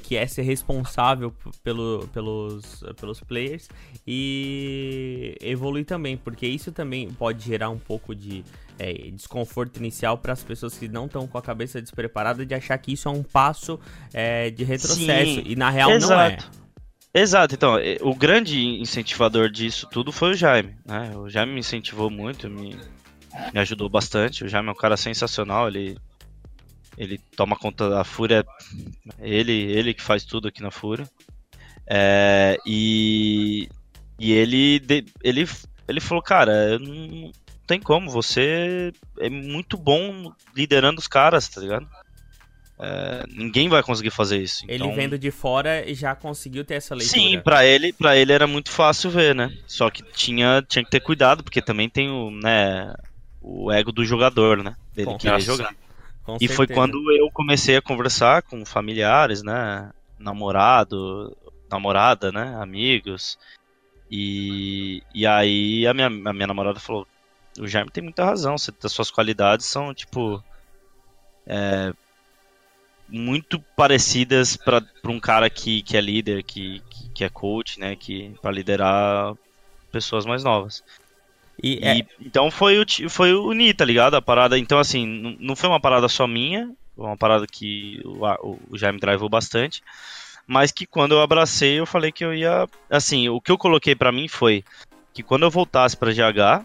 A: que é ser responsável pelos players e evoluir também, porque isso também pode gerar um pouco de desconforto inicial para as pessoas que não estão com a cabeça despreparada de achar que isso é um passo de retrocesso. Sim, e na real não é.
D: Exato, então, o grande incentivador disso tudo foi o Jaime, né? O Jaime me incentivou muito, me ajudou bastante. O Jaime é um cara sensacional, ele toma conta da Fúria, ele que faz tudo aqui na Fúria. E ele falou, cara, não tem como, você é muito bom liderando os caras, tá ligado? Ninguém vai conseguir fazer isso.
A: Ele vendo de fora já conseguiu ter essa leitura.
D: Sim, pra ele era muito fácil ver, né? Só que tinha que ter cuidado, porque também tem o ego do jogador, né? Dele querer jogar.
A: Com
D: e
A: certeza.
D: Foi quando eu comecei a conversar com familiares, né? Namorada, né? Amigos. E aí a minha namorada falou, o Jaime tem muita razão, as suas qualidades são, tipo... muito parecidas para um cara que é líder, que é coach, né, para liderar pessoas mais novas. Então foi unir, tá ligado? A parada, então assim, não foi uma parada só minha, foi uma parada que o Jaime drivou bastante, mas que quando eu abracei, eu falei que eu ia, assim, o que eu coloquei pra mim foi que quando eu voltasse pra GH,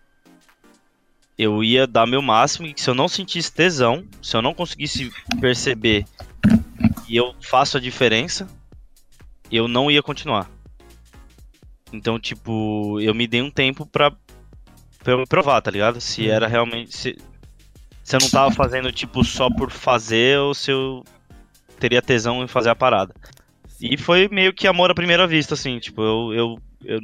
D: eu ia dar meu máximo e que se eu não sentisse tesão, se eu não conseguisse perceber que eu faço a diferença, eu não ia continuar. Então, tipo, eu me dei um tempo pra eu me provar, tá ligado? Se era realmente... Se eu não tava fazendo, tipo, só por fazer ou se eu teria tesão em fazer a parada. E foi meio que amor à primeira vista, assim, tipo, eu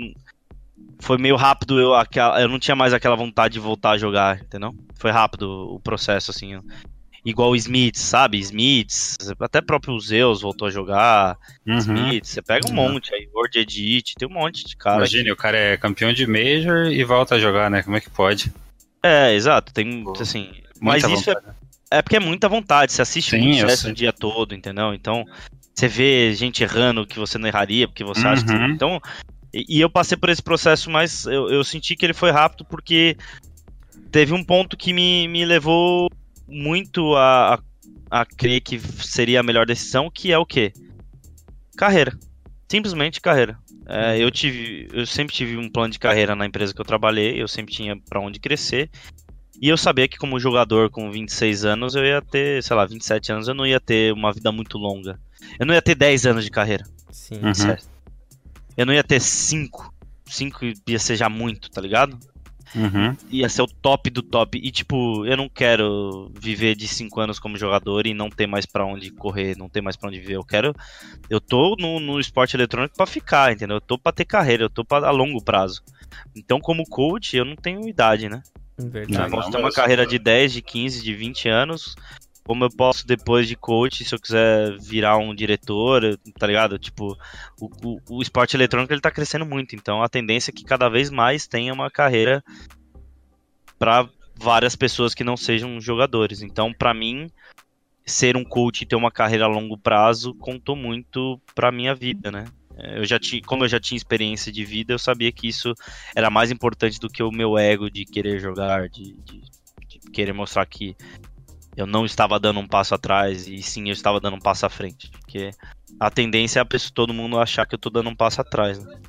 D: foi meio rápido, eu não tinha mais aquela vontade de voltar a jogar, entendeu? Foi rápido o processo, assim. Igual o Smiths, sabe? Smiths, até próprio o Zeus voltou a jogar. Smiths, você pega um monte aí, World Edit, tem um monte de cara.
C: Imagine, o cara é campeão de Major e volta a jogar, né? Como é que pode?
D: Exato, tem, assim... Mas isso é porque é muita vontade, você assiste muito CS o dia todo, entendeu? Então, você vê gente errando que você não erraria, porque você acha que... Então... E eu passei por esse processo, mas eu senti que ele foi rápido porque teve um ponto que me levou muito a crer que seria a melhor decisão, que é o quê? Carreira. Simplesmente carreira. Eu sempre tive um plano de carreira na empresa que eu trabalhei, eu sempre tinha pra onde crescer. E eu sabia que como jogador com 26 anos eu ia ter, sei lá, 27 anos, eu não ia ter uma vida muito longa. Eu não ia ter 10 anos de carreira.
A: Sim.
D: Certo. Eu não ia ter 5. 5 ia ser já muito, tá ligado? Ia ser o top do top. E tipo, eu não quero viver de 5 anos como jogador e não ter mais pra onde correr, não ter mais pra onde viver. Eu tô no esporte eletrônico pra ficar, entendeu? Eu tô pra ter carreira, eu tô a longo prazo. Então, como coach, eu não tenho idade, né?
A: Verdade.
D: Eu posso ter uma carreira de 10, de 15, de 20 anos. Como eu posso, depois de coach, se eu quiser virar um diretor, tá ligado? Tipo, o esporte eletrônico ele tá crescendo muito, então a tendência é que cada vez mais tenha uma carreira para várias pessoas que não sejam jogadores. Então, pra mim, ser um coach e ter uma carreira a longo prazo contou muito pra minha vida, né? Como eu já tinha experiência de vida, eu sabia que isso era mais importante do que o meu ego de querer jogar, de querer mostrar que eu não estava dando um passo atrás, e sim, eu estava dando um passo à frente. Porque a tendência é todo mundo achar que eu tô dando um passo atrás, né?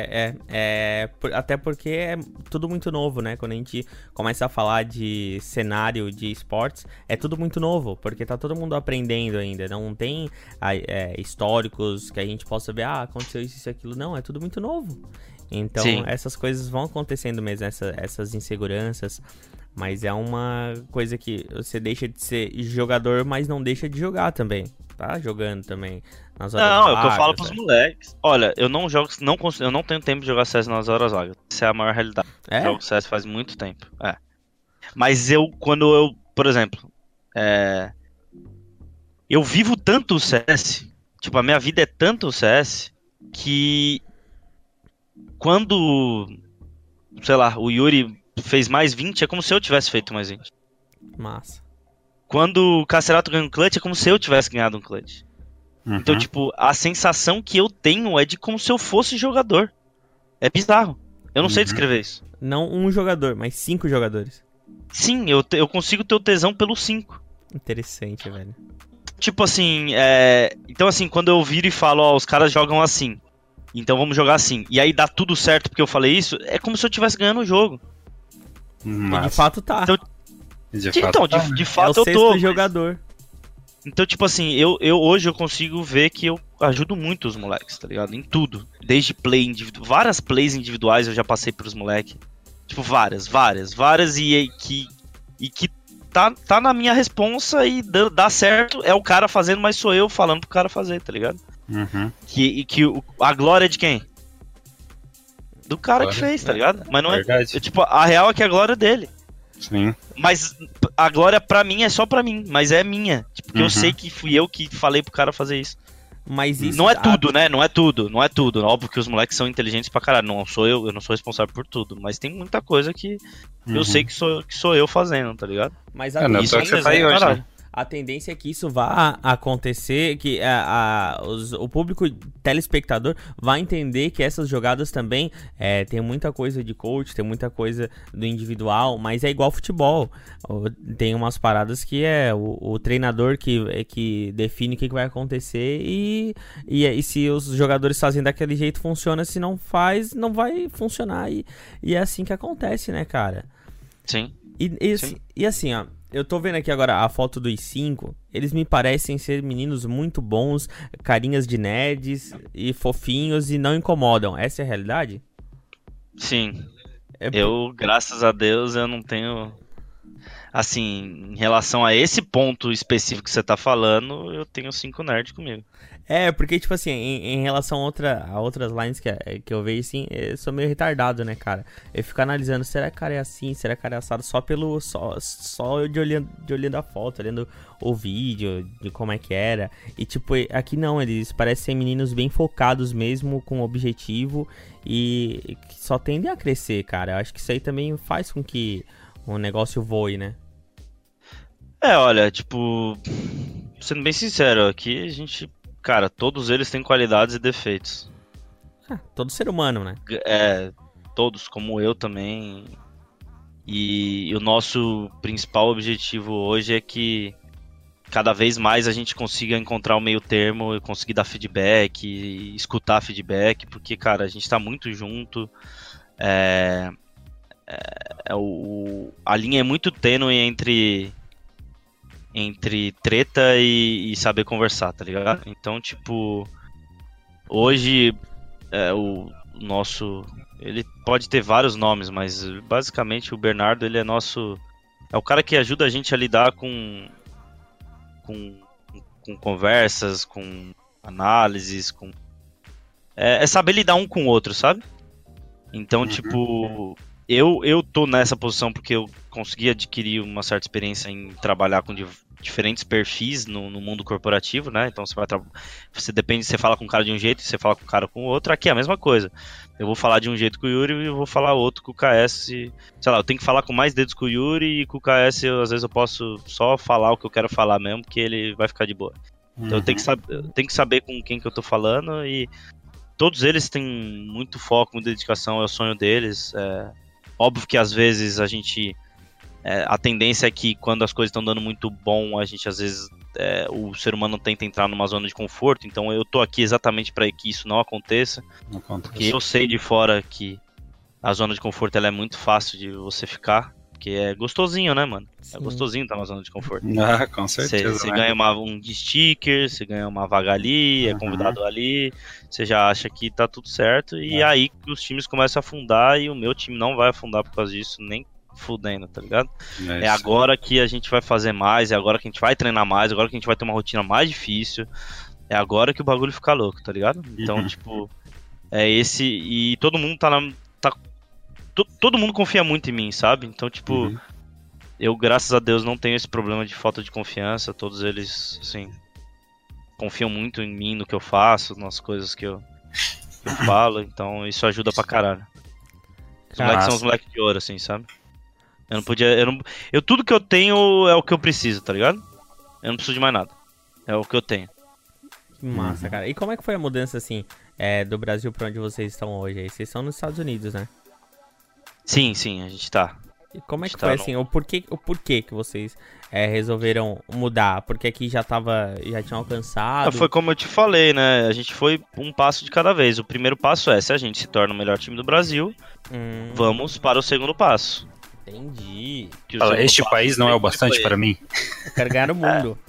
A: Até porque é tudo muito novo, né? Quando a gente começa a falar de cenário de esportes, é tudo muito novo, porque tá todo mundo aprendendo ainda. Não tem históricos que a gente possa ver, aconteceu isso e aquilo. Não, é tudo muito novo. Então, sim, essas coisas vão acontecendo mesmo, essas inseguranças. Mas é uma coisa que você deixa de ser jogador, mas não deixa de jogar também. Tá jogando também nas horas vagas.
D: Não, é o que eu falo pros moleques. Olha, eu não jogo, eu não tenho tempo de jogar CS nas horas vagas. Essa é a maior realidade. Eu jogo CS faz muito tempo. Mas quando eu, por exemplo, eu vivo tanto o CS, tipo, a minha vida é tanto o CS, que quando, sei lá, o Yuri fez mais 20, é como se eu tivesse feito mais 20.
A: Massa.
D: Quando o Cacerato ganha um clutch, é como se eu tivesse ganhado um clutch. Então, tipo, a sensação que eu tenho é de como se eu fosse jogador. É bizarro. Eu não sei descrever isso.
A: Não um jogador, mas 5 jogadores.
D: Sim, eu consigo ter o tesão pelos 5.
A: Interessante, velho.
D: Tipo assim, então assim, quando eu viro e falo, ó, os caras jogam assim, então vamos jogar assim, e aí dá tudo certo porque eu falei isso, é como se eu estivesse ganhando o jogo.
A: E de fato tá.
D: Então, de
A: É o
D: fato eu
A: sexto
D: tô.
A: jogador.
D: Então, tipo assim, eu hoje eu consigo ver que eu ajudo muito os moleques, tá ligado? Em tudo. Desde play individual, várias plays individuais eu já passei pros moleques. Tipo, várias, e que tá na minha responsa e dá certo, é o cara fazendo, mas sou eu falando pro cara fazer, tá ligado? A glória é de quem? Do cara que fez, tá ligado? Mas não é. Tipo, a real é que a glória é dele.
C: Sim.
D: Mas a glória pra mim é só pra mim, mas é minha. Tipo, porque eu sei que fui eu que falei pro cara fazer isso.
A: Mas isso
D: Não é tudo, né? Não é tudo. Óbvio que os moleques são inteligentes pra caralho. Não sou eu não sou responsável por tudo. Mas tem muita coisa que eu sei que sou eu fazendo, tá ligado?
A: Mas
C: isso é que você tá aí hoje, né?
A: A tendência é que isso vá acontecer, que o público telespectador vai entender que essas jogadas também tem muita coisa de coach, tem muita coisa do individual, mas é igual futebol. Tem umas paradas que é o treinador que define o que vai acontecer e se os jogadores fazem daquele jeito funciona, se não faz, não vai funcionar e é assim que acontece, né, cara?
D: Sim.
A: E assim, ó, eu tô vendo aqui agora a foto dos 5. Eles me parecem ser meninos muito bons, carinhas de nerds e fofinhos e não incomodam. Essa é a realidade?
D: Sim. Eu, graças a Deus, eu não tenho... Assim, em relação a esse ponto específico que você tá falando, eu tenho 5 nerds comigo.
A: Porque, tipo assim, em relação a outras lines que eu vejo, assim, eu sou meio retardado, né, cara? Eu fico analisando, será que o cara é assim, será que o cara é assado só de olhando a foto, olhando o vídeo, de como é que era. E, tipo, aqui não, eles parecem ser meninos bem focados mesmo, com objetivo e que só tendem a crescer, cara. Eu acho que isso aí também faz com que o negócio voe, né?
D: Olha, tipo, sendo bem sincero, aqui a gente... Cara, todos eles têm qualidades e defeitos.
A: Todo ser humano, né?
D: Todos, como eu também. E o nosso principal objetivo hoje é que cada vez mais a gente consiga encontrar o meio termo e conseguir dar feedback, escutar feedback, porque, cara, a gente tá muito junto. A linha é muito tênue entre treta e saber conversar, tá ligado? Então, tipo, hoje o nosso... Ele pode ter vários nomes, mas basicamente o Bernardo, ele é o cara que ajuda a gente a lidar com conversas, com análises, é saber lidar um com o outro, sabe? Então, tipo... Eu tô nessa posição porque eu consegui adquirir uma certa experiência em trabalhar com diferentes perfis no mundo corporativo, né? Então você fala com um cara de um jeito e você fala com o cara com o outro. Aqui é a mesma coisa. Eu vou falar de um jeito com o Yuri e eu vou falar outro com o KS. Sei lá, eu tenho que falar com mais dedos com o Yuri e com o KS às vezes eu posso só falar o que eu quero falar mesmo, porque ele vai ficar de boa. Então eu tenho que saber com quem que eu tô falando e todos eles têm muito foco, muita dedicação, é o sonho deles. Óbvio que às vezes a tendência é que quando as coisas estão dando muito bom, a gente às vezes, o ser humano tenta entrar numa zona de conforto, então eu tô aqui exatamente para que isso não aconteça. Porque eu sei de fora que a zona de conforto ela é muito fácil de você ficar, porque é gostosinho, né, mano? Sim. É gostosinho estar na zona de conforto.
C: Com certeza.
D: Você ganha um sticker, você ganha uma vaga ali, é convidado ali, você já acha que tá tudo certo, e aí os times começam a afundar, e o meu time não vai afundar por causa disso, nem fudendo, tá ligado? É agora que a gente vai fazer mais, é agora que a gente vai treinar mais, é agora que a gente vai ter uma rotina mais difícil, é agora que o bagulho fica louco, tá ligado? Então, tipo, e todo mundo todo mundo confia muito em mim, sabe? Então, tipo, eu, graças a Deus, não tenho esse problema de falta de confiança. Todos eles, assim, confiam muito em mim, no que eu faço, nas coisas que eu falo. Então, isso ajuda pra caralho. Os moleques são os moleques de ouro, assim, sabe? Tudo que eu tenho é o que eu preciso, tá ligado? Eu não preciso de mais nada. É o que eu tenho.
A: Que massa, cara. E como é que foi a mudança, assim, do Brasil pra onde vocês estão hoje aí? Vocês estão nos Estados Unidos, né?
D: Sim, a gente tá.
A: E como é que foi, assim, o porquê que vocês resolveram mudar? Porque aqui já tinham alcançado...
D: Foi como eu te falei, né? A gente foi um passo de cada vez. O primeiro passo se a gente se torna o melhor time do Brasil, vamos para o segundo passo.
A: Entendi.
C: Este país não é o bastante para mim?
A: Eu quero ganhar o mundo.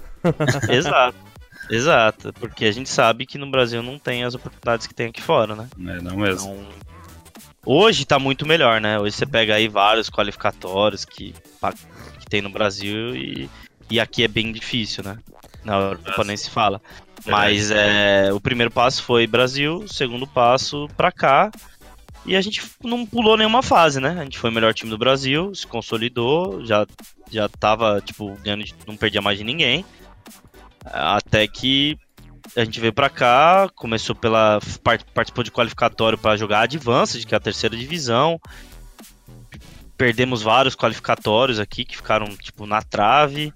D: Exato. Porque a gente sabe que no Brasil não tem as oportunidades que tem aqui fora, né?
C: Não mesmo.
D: Então, hoje tá muito melhor, né? Hoje você pega aí vários qualificatórios que tem no Brasil e aqui é bem difícil, né? Na Europa nem se fala. Mas o primeiro passo foi Brasil, o segundo passo pra cá. E a gente não pulou nenhuma fase, né? A gente foi o melhor time do Brasil, se consolidou, já tava, tipo, ganhando, não perdia mais de ninguém. Até que a gente veio pra cá, participou de qualificatório pra jogar Advanced, que é a terceira divisão. Perdemos vários qualificatórios aqui que ficaram, tipo, na trave.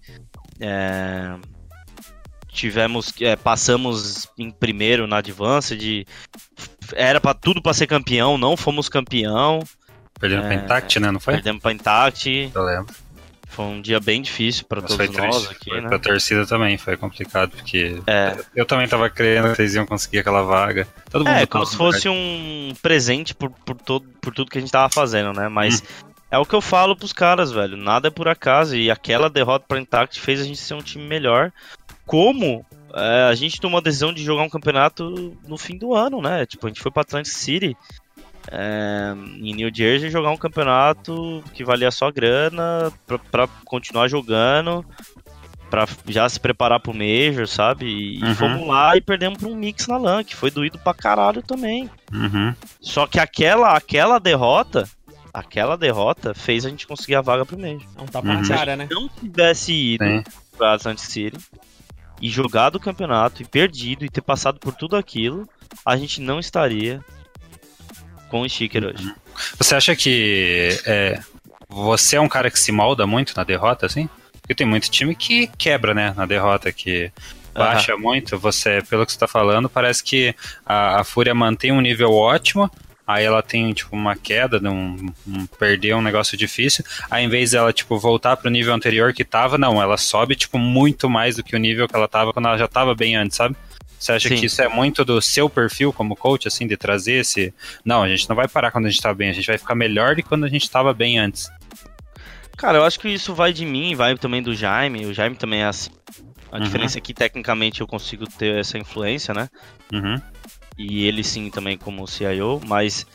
D: Passamos em primeiro na Advanced. Era tudo pra ser campeão, não fomos campeão.
C: Perdemos pra Intact, né? Não foi?
D: Perdemos pra Intact.
C: Eu lembro.
D: Foi um dia bem difícil pra todos nós aqui,
C: foi,
D: né?
C: Pra torcida também foi complicado, porque eu também tava crendo que vocês iam conseguir aquela vaga. Todo mundo
D: como se fosse um presente por tudo que a gente tava fazendo, né? Mas é o que eu falo pros caras, velho. Nada é por acaso. E aquela derrota pra Intact fez a gente ser um time melhor. Como a gente tomou a decisão de jogar um campeonato no fim do ano, né? Tipo, a gente foi pra Atlantic City em New Jersey jogar um campeonato que valia só grana pra continuar jogando, pra já se preparar pro Major, sabe? E fomos lá e perdemos pra um Mix na LAN, que foi doído pra caralho também. Só que aquela derrota fez a gente conseguir a vaga pro Major.
A: É um tapa na cara, né?
D: Se não tivesse ido pra Atlantic City e jogado o campeonato e perdido e ter passado por tudo aquilo, a gente não estaria com o sticker hoje.
C: Você acha que você é um cara que se molda muito na derrota, assim? Porque tem muito time que quebra, né, na derrota, que baixa muito. Você, pelo que você tá falando, parece que a Fúria mantém um nível ótimo, aí ela tem, tipo, uma queda, perder um negócio difícil, aí em vez dela, tipo, voltar pro nível anterior que tava, não, ela sobe, tipo, muito mais do que o nível que ela tava quando ela já tava bem antes, sabe? Você acha que isso é muito do seu perfil como coach, assim, de trazer esse... Não, a gente não vai parar quando a gente tá bem, a gente vai ficar melhor do que quando a gente tava bem antes.
D: Cara, eu acho que isso vai de mim, vai também do Jaime, o Jaime também é assim. A diferença é que, tecnicamente, eu consigo ter essa influência, né? E ele, sim, também como CIO, mas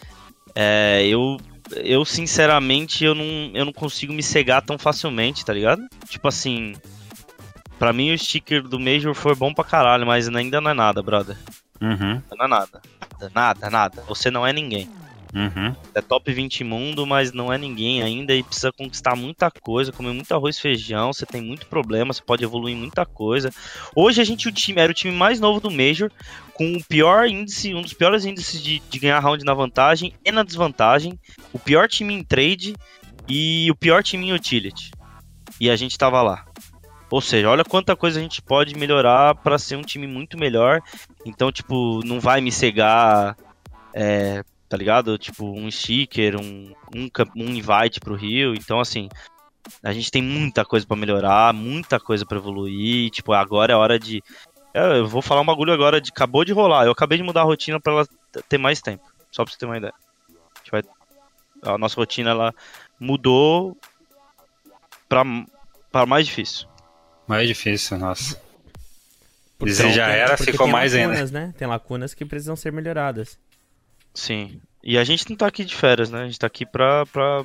D: eu sinceramente, eu não consigo me cegar tão facilmente, tá ligado? Tipo assim... Pra mim o sticker do Major foi bom pra caralho, mas ainda não é nada, brother. Não é nada. Nada. Você não é ninguém. É top 20 mundo, mas não é ninguém ainda e precisa conquistar muita coisa, comer muito arroz e feijão, você tem muito problema, você pode evoluir em muita coisa. Hoje era o time mais novo do Major, com o pior índice, um dos piores índices de ganhar round na vantagem e na desvantagem, o pior time em trade e o pior time em utility. E a gente tava lá. Ou seja, olha quanta coisa a gente pode melhorar pra ser um time muito melhor. Então, tipo, não vai me cegar, tá ligado? Tipo, um sticker, um invite pro Rio. Então, assim, a gente tem muita coisa pra melhorar, muita coisa pra evoluir. Tipo, agora é hora de... Eu vou falar um bagulho agora, acabou de rolar. Eu acabei de mudar a rotina pra ela ter mais tempo. Só pra você ter uma ideia. A nossa rotina, ela mudou pra mais difícil.
C: Mais difícil, nossa.
A: Porque
C: já era, ficou mais
A: lacunas,
C: ainda.
A: Né? Tem lacunas que precisam ser melhoradas.
D: Sim. E a gente não tá aqui de férias, né? A gente tá aqui pra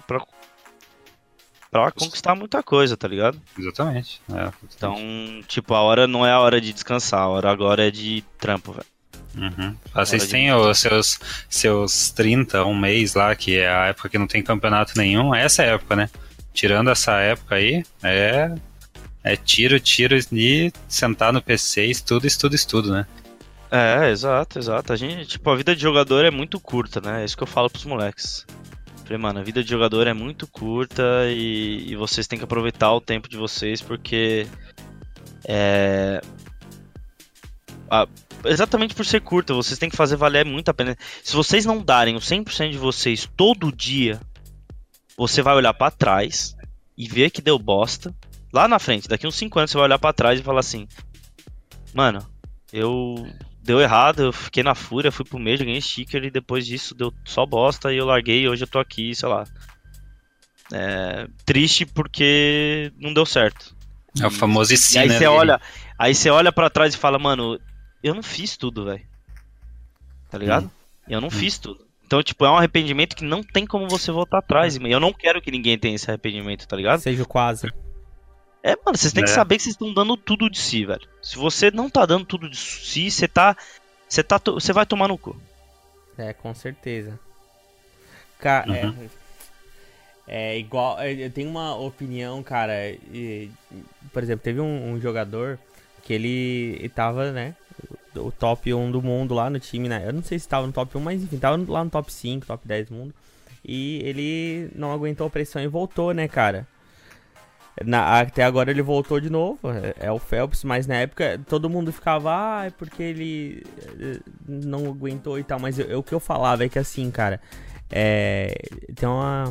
D: conquistar muita coisa, tá ligado?
C: Exatamente.
D: Então, tipo, a hora não é a hora de descansar, a hora agora é de trampo, velho.
C: Vocês têm os seus 30, um mês lá, que é a época que não tem campeonato nenhum, essa é a época, né? Tirando essa época aí, tiro e sentar no PC, estudo, né?
D: Exato. A gente, tipo, a vida de jogador é muito curta, né? É isso que eu falo pros moleques. Falei, mano, a vida de jogador é muito curta e vocês têm que aproveitar o tempo de vocês, porque exatamente por ser curta, vocês têm que fazer valer muito a pena. Se vocês não darem o 100% de vocês todo dia, você vai olhar pra trás e ver que deu bosta. Lá na frente, daqui uns 5 anos, você vai olhar pra trás e falar assim: mano, deu errado, eu fiquei na fúria, fui pro Major, ganhei sticker e depois disso deu só bosta e eu larguei e hoje eu tô aqui, sei lá. Triste porque não deu certo.
C: É o famoso
D: E
C: sim,
D: aí
C: né?
D: você olha pra trás e fala, mano, eu não fiz tudo, velho. Tá ligado? Eu não fiz tudo. Então, tipo, é um arrependimento que não tem como você voltar atrás. E eu não quero que ninguém tenha esse arrependimento, tá ligado?
A: Seja o quase.
D: Mano, vocês têm que saber que vocês estão dando tudo de si, velho. Se você não tá dando tudo de si, você vai tomar no cu.
A: Com certeza. É igual. Eu tenho uma opinião, cara. Por exemplo, teve um jogador que ele tava, né? O top 1 do mundo lá no time, né? Eu não sei se tava no top 1, mas enfim, tava lá no top 5, top 10 do mundo. E ele não aguentou a pressão e voltou, né, cara? Até agora ele voltou de novo, é o Phelps, mas na época todo mundo ficava, é porque ele não aguentou e tal, mas o que eu falava é que assim, cara, tem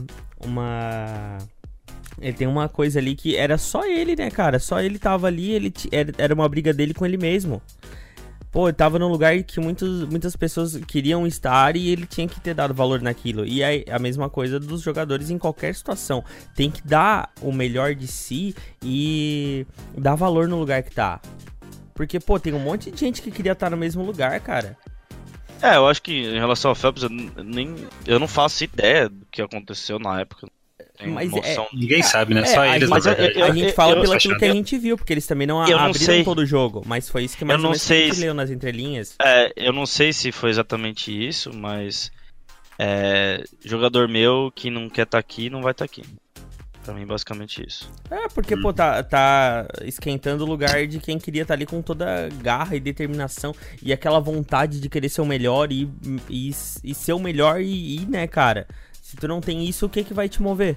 A: ele tem uma coisa ali que era só ele, né, cara, só ele tava ali, era uma briga dele com ele mesmo. Pô, ele tava num lugar que muitas pessoas queriam estar e ele tinha que ter dado valor naquilo. E aí, a mesma coisa dos jogadores em qualquer situação. Tem que dar o melhor de si e dar valor no lugar que tá. Porque, pô, tem um monte de gente que queria estar no mesmo lugar, cara.
D: Eu acho que em relação ao Phelps, eu não faço ideia do que aconteceu na época.
A: Mas
C: ninguém sabe, né? Só eles.
A: Mas a gente fala pelo aquilo que a gente viu, porque eles também não abriram todo o jogo. Mas foi isso que mais ou menos a gente leu nas entrelinhas.
D: Eu não sei se foi exatamente isso, mas jogador meu que não quer estar aqui, não vai estar aqui. Pra mim, basicamente isso.
A: Porque, pô, tá esquentando o lugar de quem queria estar ali com toda garra e determinação e aquela vontade de querer ser o melhor e ser o melhor e né, cara? Se tu não tem isso, o que vai te mover?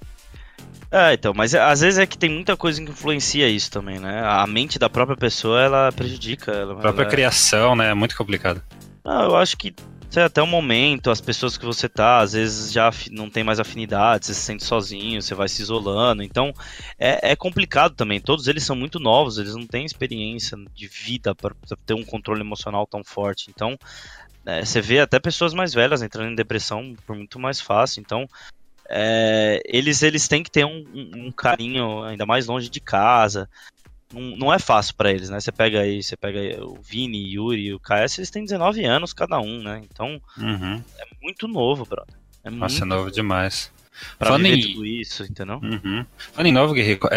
D: Então, mas às vezes é que tem muita coisa que influencia isso também, né? A mente da própria pessoa, ela prejudica. A
C: própria criação, né? É muito complicado.
D: Eu acho que até o momento, as pessoas que você tá, às vezes já não tem mais afinidade, você se sente sozinho, você vai se isolando. Então, é complicado também. Todos eles são muito novos, eles não têm experiência de vida para ter um controle emocional tão forte. Então, você vê até pessoas mais velhas entrando em depressão por muito mais fácil. Então, eles têm que ter um carinho ainda mais longe de casa. Não é fácil pra eles, né? Você pega aí o Vini, Yuri e o KS, eles têm 19 anos cada um, né? Então, é muito novo, brother.
C: Nossa, é novo demais.
D: Pra viver tudo isso, entendeu?
C: Falando em novo, Guerrico,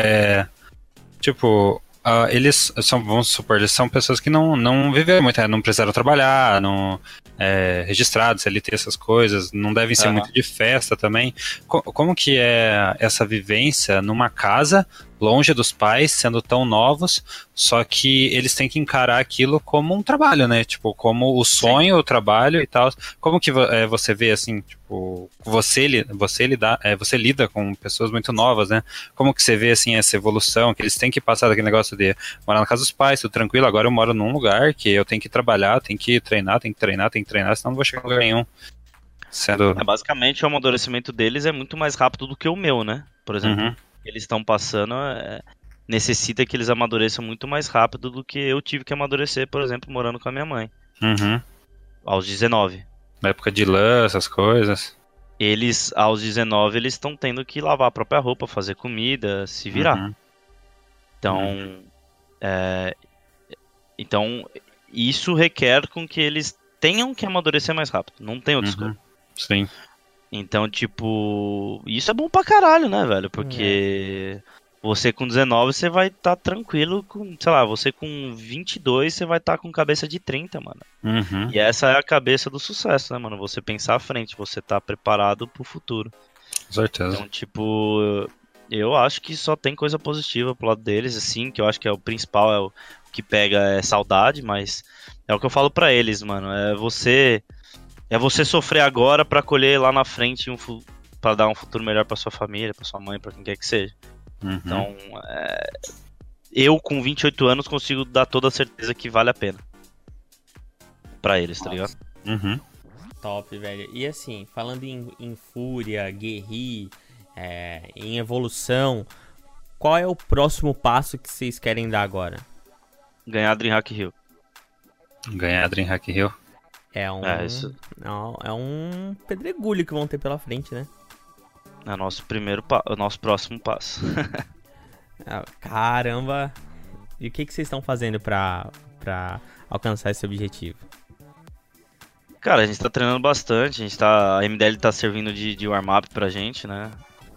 C: tipo... eles são, vamos supor, eles são pessoas que não viveram muito, não precisaram trabalhar, não registrados, CLT, essas coisas, não devem ser muito de festa também. Como que é essa vivência numa casa, longe dos pais, sendo tão novos, só que eles têm que encarar aquilo como um trabalho, né? Tipo, como o sonho, o trabalho e tal. Como que você vê, assim, tipo, você lida com pessoas muito novas, né? Como que você vê, assim, essa evolução, que eles têm que passar daquele negócio de morar na casa dos pais, tudo tranquilo, agora eu moro num lugar que eu tenho que trabalhar, tenho que treinar, senão não vou chegar em lugar nenhum.
D: Basicamente, o amadurecimento deles é muito mais rápido do que o meu, né? Por exemplo, eles estão passando, necessita que eles amadureçam muito mais rápido do que eu tive que amadurecer, por exemplo, morando com a minha mãe. Aos 19.
C: Na época de lã, essas coisas.
D: Eles, aos 19, eles estão tendo que lavar a própria roupa, fazer comida, se virar. Então, isso requer com que eles tenham que amadurecer mais rápido. Não tem outra escolha.
C: Sim.
D: Então, tipo, isso é bom pra caralho, né, velho? Porque você com 19, você vai estar tranquilo com, sei lá, você com 22, você vai estar com cabeça de 30, mano. E essa é a cabeça do sucesso, né, mano? Você pensar à frente, você tá preparado pro futuro.
C: Com certeza.
D: Então, tipo, eu acho que só tem coisa positiva pro lado deles, assim, que eu acho que é o principal, o que pega é saudade, mas é o que eu falo pra eles, mano. É você sofrer agora pra colher lá na frente pra dar um futuro melhor pra sua família, pra sua mãe, pra quem quer que seja. Então, eu com 28 anos consigo dar toda a certeza que vale a pena. pra eles, tá ligado?
C: Uhum.
A: Top, velho. E assim, falando em Fúria, Guerri, em evolução, qual é o próximo passo que vocês querem dar agora?
D: Ganhar a DreamHack Hill.
C: Ganhar a DreamHack Hill.
D: Isso
A: É um pedregulho que vão ter pela frente, né?
D: é o nosso próximo passo.
A: Caramba! E o que vocês estão fazendo pra alcançar esse objetivo?
D: Cara, a gente tá treinando bastante, a MDL tá servindo de warm-up pra gente, né?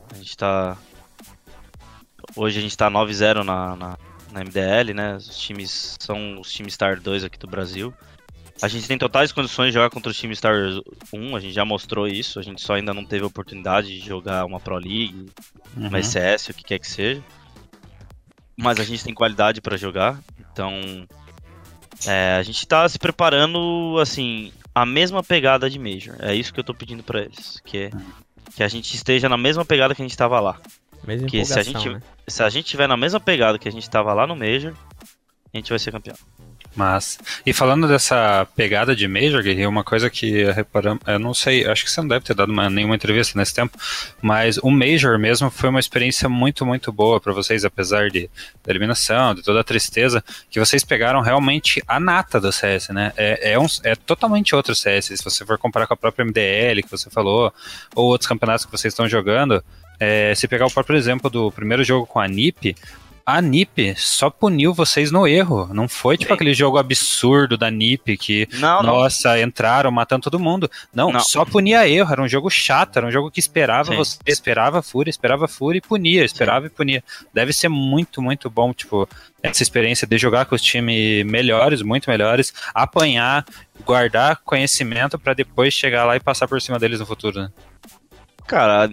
D: Hoje a gente tá 9-0 na MDL, né? Os times são os times Star 2 aqui do Brasil. A gente tem totais condições de jogar contra os times Star 1, a gente já mostrou isso, a gente só ainda não teve a oportunidade de jogar uma Pro League, uma SS, o que quer que seja. Mas a gente tem qualidade pra jogar, então a gente tá se preparando, assim, a mesma pegada de Major. É isso que eu tô pedindo pra eles, que a gente esteja na mesma pegada que a gente tava lá.
A: Mesma
D: Porque
A: empolgação, né?
D: se a gente tiver na mesma pegada que a gente tava lá no Major, a gente vai ser campeão.
C: Mas, e falando dessa pegada de Major, Guerreiro, uma coisa que reparamos, eu não sei, acho que você não deve ter dado nenhuma entrevista nesse tempo, mas o Major mesmo foi uma experiência muito, muito boa para vocês, apesar da eliminação, de toda a tristeza, que vocês pegaram realmente a nata do CS, né? É totalmente outro CS, se você for comparar com a própria MDL que você falou, ou outros campeonatos que vocês estão jogando, se pegar o próprio exemplo do primeiro jogo com a NiP só puniu vocês no erro. Não foi tipo aquele jogo absurdo da NiP que, entraram matando todo mundo. Não, só punia erro. Era um jogo chato, era um jogo que esperava você, esperava a fúria e punia, esperava e punia. Deve ser muito, muito bom, tipo, essa experiência de jogar com os times melhores, muito melhores, apanhar, guardar conhecimento pra depois chegar lá e passar por cima deles no futuro, né?
D: Cara,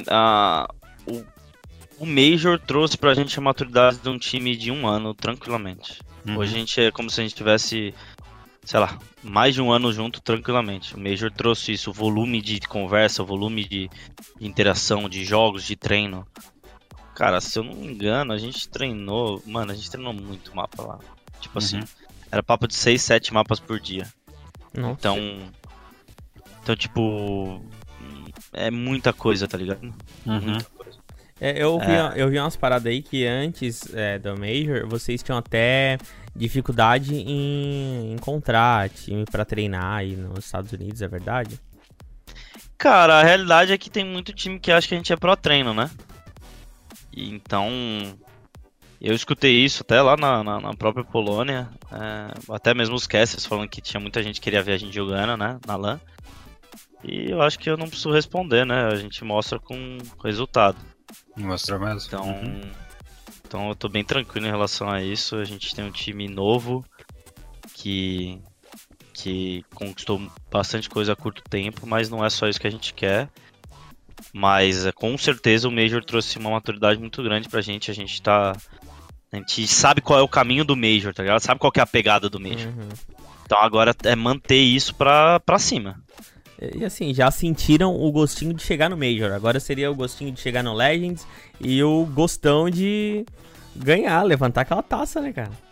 D: o Major trouxe pra gente a maturidade de um time de 1 ano, tranquilamente. Hoje a gente é como se a gente tivesse, sei lá, mais de 1 ano junto, tranquilamente. O Major trouxe isso, o volume de conversa, o volume de interação, de jogos, de treino. Cara, se eu não me engano, a gente treinou muito mapa lá. Tipo assim, era papo de 6, 7 mapas por dia.
A: Nossa.
D: Então, tipo, é muita coisa, tá ligado? Muita coisa.
A: Eu vi umas paradas aí que antes do Major, vocês tinham até dificuldade em encontrar time pra treinar aí nos Estados Unidos, é verdade?
D: Cara, a realidade é que tem muito time que acha que a gente é pro treino, né? Então, eu escutei isso até lá na própria Polônia, até mesmo os casters falando que tinha muita gente que queria ver a gente jogando, né, na LAN. E eu acho que eu não preciso responder, né? A gente mostra com resultado.
C: Mostra mesmo.
D: Então eu tô bem tranquilo em relação a isso. A gente tem um time novo que conquistou bastante coisa a curto tempo, mas não é só isso que a gente quer. Mas com certeza o Major trouxe uma maturidade muito grande pra gente. A gente sabe qual é o caminho do Major, tá ligado? Sabe qual que é a pegada do Major. Então agora é manter isso pra cima.
A: E assim, já sentiram o gostinho de chegar no Major. Agora seria o gostinho de chegar no Legends e o gostão de ganhar, levantar aquela taça, né, cara?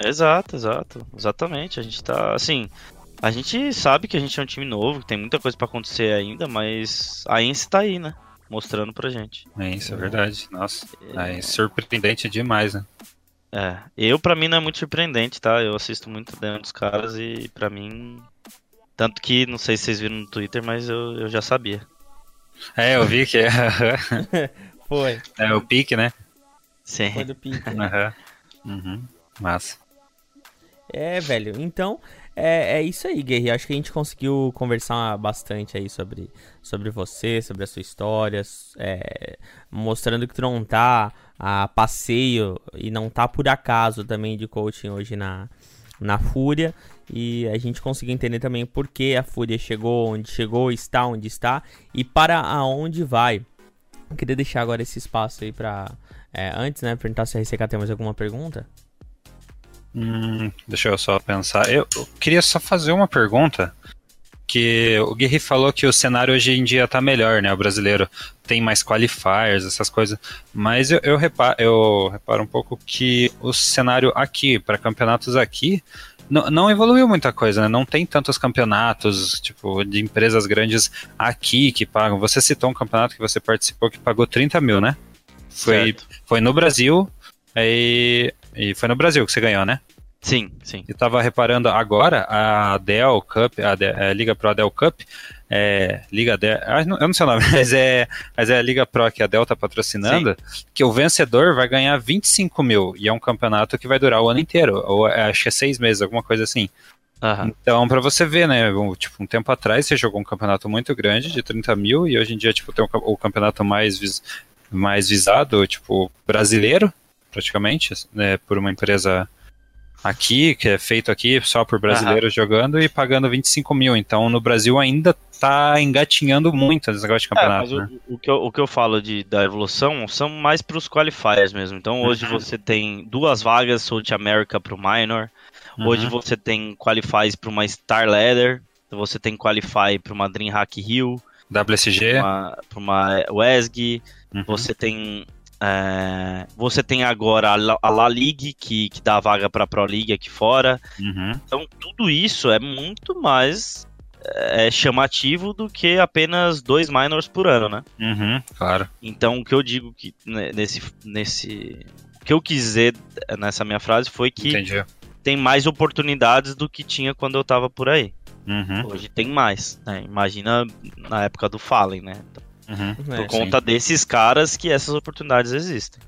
A: Exatamente. A gente tá, assim, a gente sabe que a gente é um time novo, que tem muita coisa pra acontecer ainda, mas a Ence tá aí, né? Mostrando pra gente.
C: Isso é verdade. Nossa, é surpreendente demais, né?
D: Pra mim não é muito surpreendente, tá? Eu assisto muito dentro dos caras e pra mim... Tanto que, não sei se vocês viram no Twitter, mas eu já sabia.
C: Eu vi que
A: Foi.
C: É o pique, né?
D: Sim.
A: Foi do pique.
C: Massa.
A: Velho, então, é isso aí, Guerri. Acho que a gente conseguiu conversar bastante aí sobre você, sobre a sua história, mostrando que tu não tá a passeio e não tá por acaso também de coaching hoje na Fúria. E a gente conseguiu entender também por que a Fúria chegou onde chegou, está onde está e para aonde vai. Eu queria deixar agora esse espaço aí pra... antes, né, perguntar se a RCK tem mais alguma pergunta.
C: Deixa eu só pensar. Eu queria só fazer uma pergunta. Que o Guerri falou que o cenário hoje em dia tá melhor, né? O brasileiro tem mais qualifiers, essas coisas. Mas eu reparo um pouco que o cenário aqui, para campeonatos aqui, não evoluiu muita coisa, né? Não tem tantos campeonatos, tipo, de empresas grandes aqui que pagam. Você citou um campeonato que você participou que pagou 30 mil, né? Foi no Brasil, e foi no Brasil que você ganhou, né?
D: Sim.
C: Eu tava reparando agora, a Dell Cup, a Liga Pro Dell Cup, Liga Dell, eu não sei o nome, mas é a Liga Pro que a Dell tá patrocinando, que o vencedor vai ganhar 25 mil, e é um campeonato que vai durar o ano inteiro, ou acho que é 6 meses, alguma coisa assim. Então, pra você ver, né, tipo, um tempo atrás você jogou um campeonato muito grande, de 30 mil, e hoje em dia, tipo, tem o campeonato mais visado, tipo, brasileiro, praticamente, né, por uma empresa aqui, que é feito aqui só por brasileiros jogando e pagando 25 mil. Então, no Brasil ainda tá engatinhando muito esse negócio de campeonato.
D: Mas o que eu falo da evolução são mais pros qualifiers mesmo. Então, hoje você tem 2 vagas South America pro Minor. Hoje você tem qualifies para uma Star Ladder. Você tem qualify para uma DreamHack Hill.
C: WSG.
D: Para uma WESG. Você tem agora a La League, que dá vaga para a Pro League aqui fora. Então, tudo isso é muito mais chamativo do que apenas 2 minors por ano, né?
C: Claro.
D: Então, o que eu digo que o que eu quis dizer nessa minha frase foi que tem mais oportunidades do que tinha quando eu tava por aí. Hoje tem mais, né? Imagina na época do Fallen, né? Por conta desses caras que essas oportunidades existem.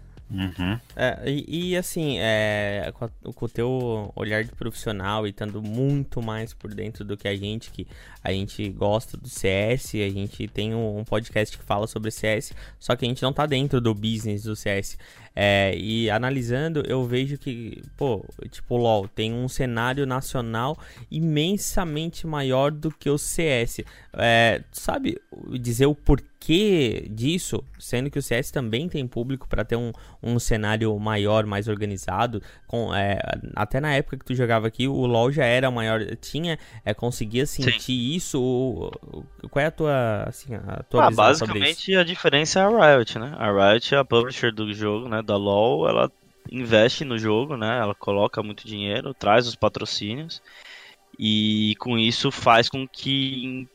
A: E assim, com o teu olhar de profissional e estando muito mais por dentro do que a gente gosta do CS, a gente tem um podcast que fala sobre CS, só que a gente não tá dentro do business do CS. E analisando, eu vejo que, tipo, o LoL tem um cenário nacional imensamente maior do que o CS. Sabe dizer o porquê disso? Sendo que o CS também tem público para ter um cenário maior, mais organizado. Até na época que tu jogava aqui, o LoL já era maior, conseguia sentir isso. Qual é a tua visão
D: basicamente,
A: sobre isso?
D: A diferença é a Riot, né? A Riot é a publisher do jogo, né? Da LoL, ela investe no jogo, né? Ela coloca muito dinheiro, traz os patrocínios e com isso faz com que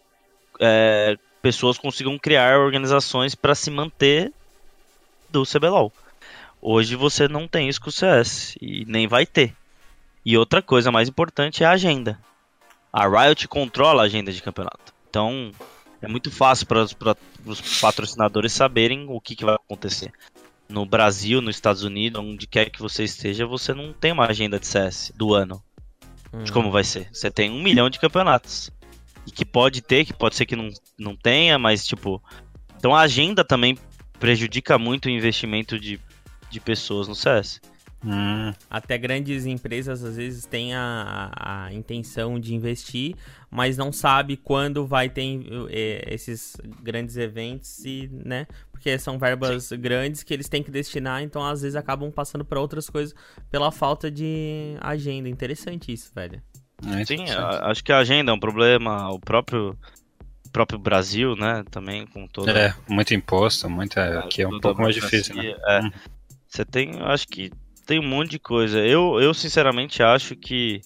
D: pessoas consigam criar organizações para se manter do CBLOL. Hoje você não tem isso com o CS e nem vai ter. E outra coisa mais importante é a agenda. A Riot controla a agenda de campeonato. Então é muito fácil para os patrocinadores saberem o que vai acontecer. No Brasil, nos Estados Unidos, onde quer que você esteja, você não tem uma agenda de CS do ano. De como vai ser. Você tem 1 milhão de campeonatos. E que pode ser que não tenha, mas tipo... Então a agenda também prejudica muito o investimento de pessoas no CS.
A: Até grandes empresas às vezes têm a intenção de investir, mas não sabe quando vai ter esses grandes eventos, né? Porque são verbas grandes que eles têm que destinar, então às vezes acabam passando para outras coisas pela falta de agenda. Interessante isso, velho.
D: Sim, acho que a agenda é um problema, o próprio Brasil, né? Também com todo.
C: Muito imposto, aqui é um pouco mais difícil, né?
D: Você tem, acho que tem um monte de coisa. Eu sinceramente acho que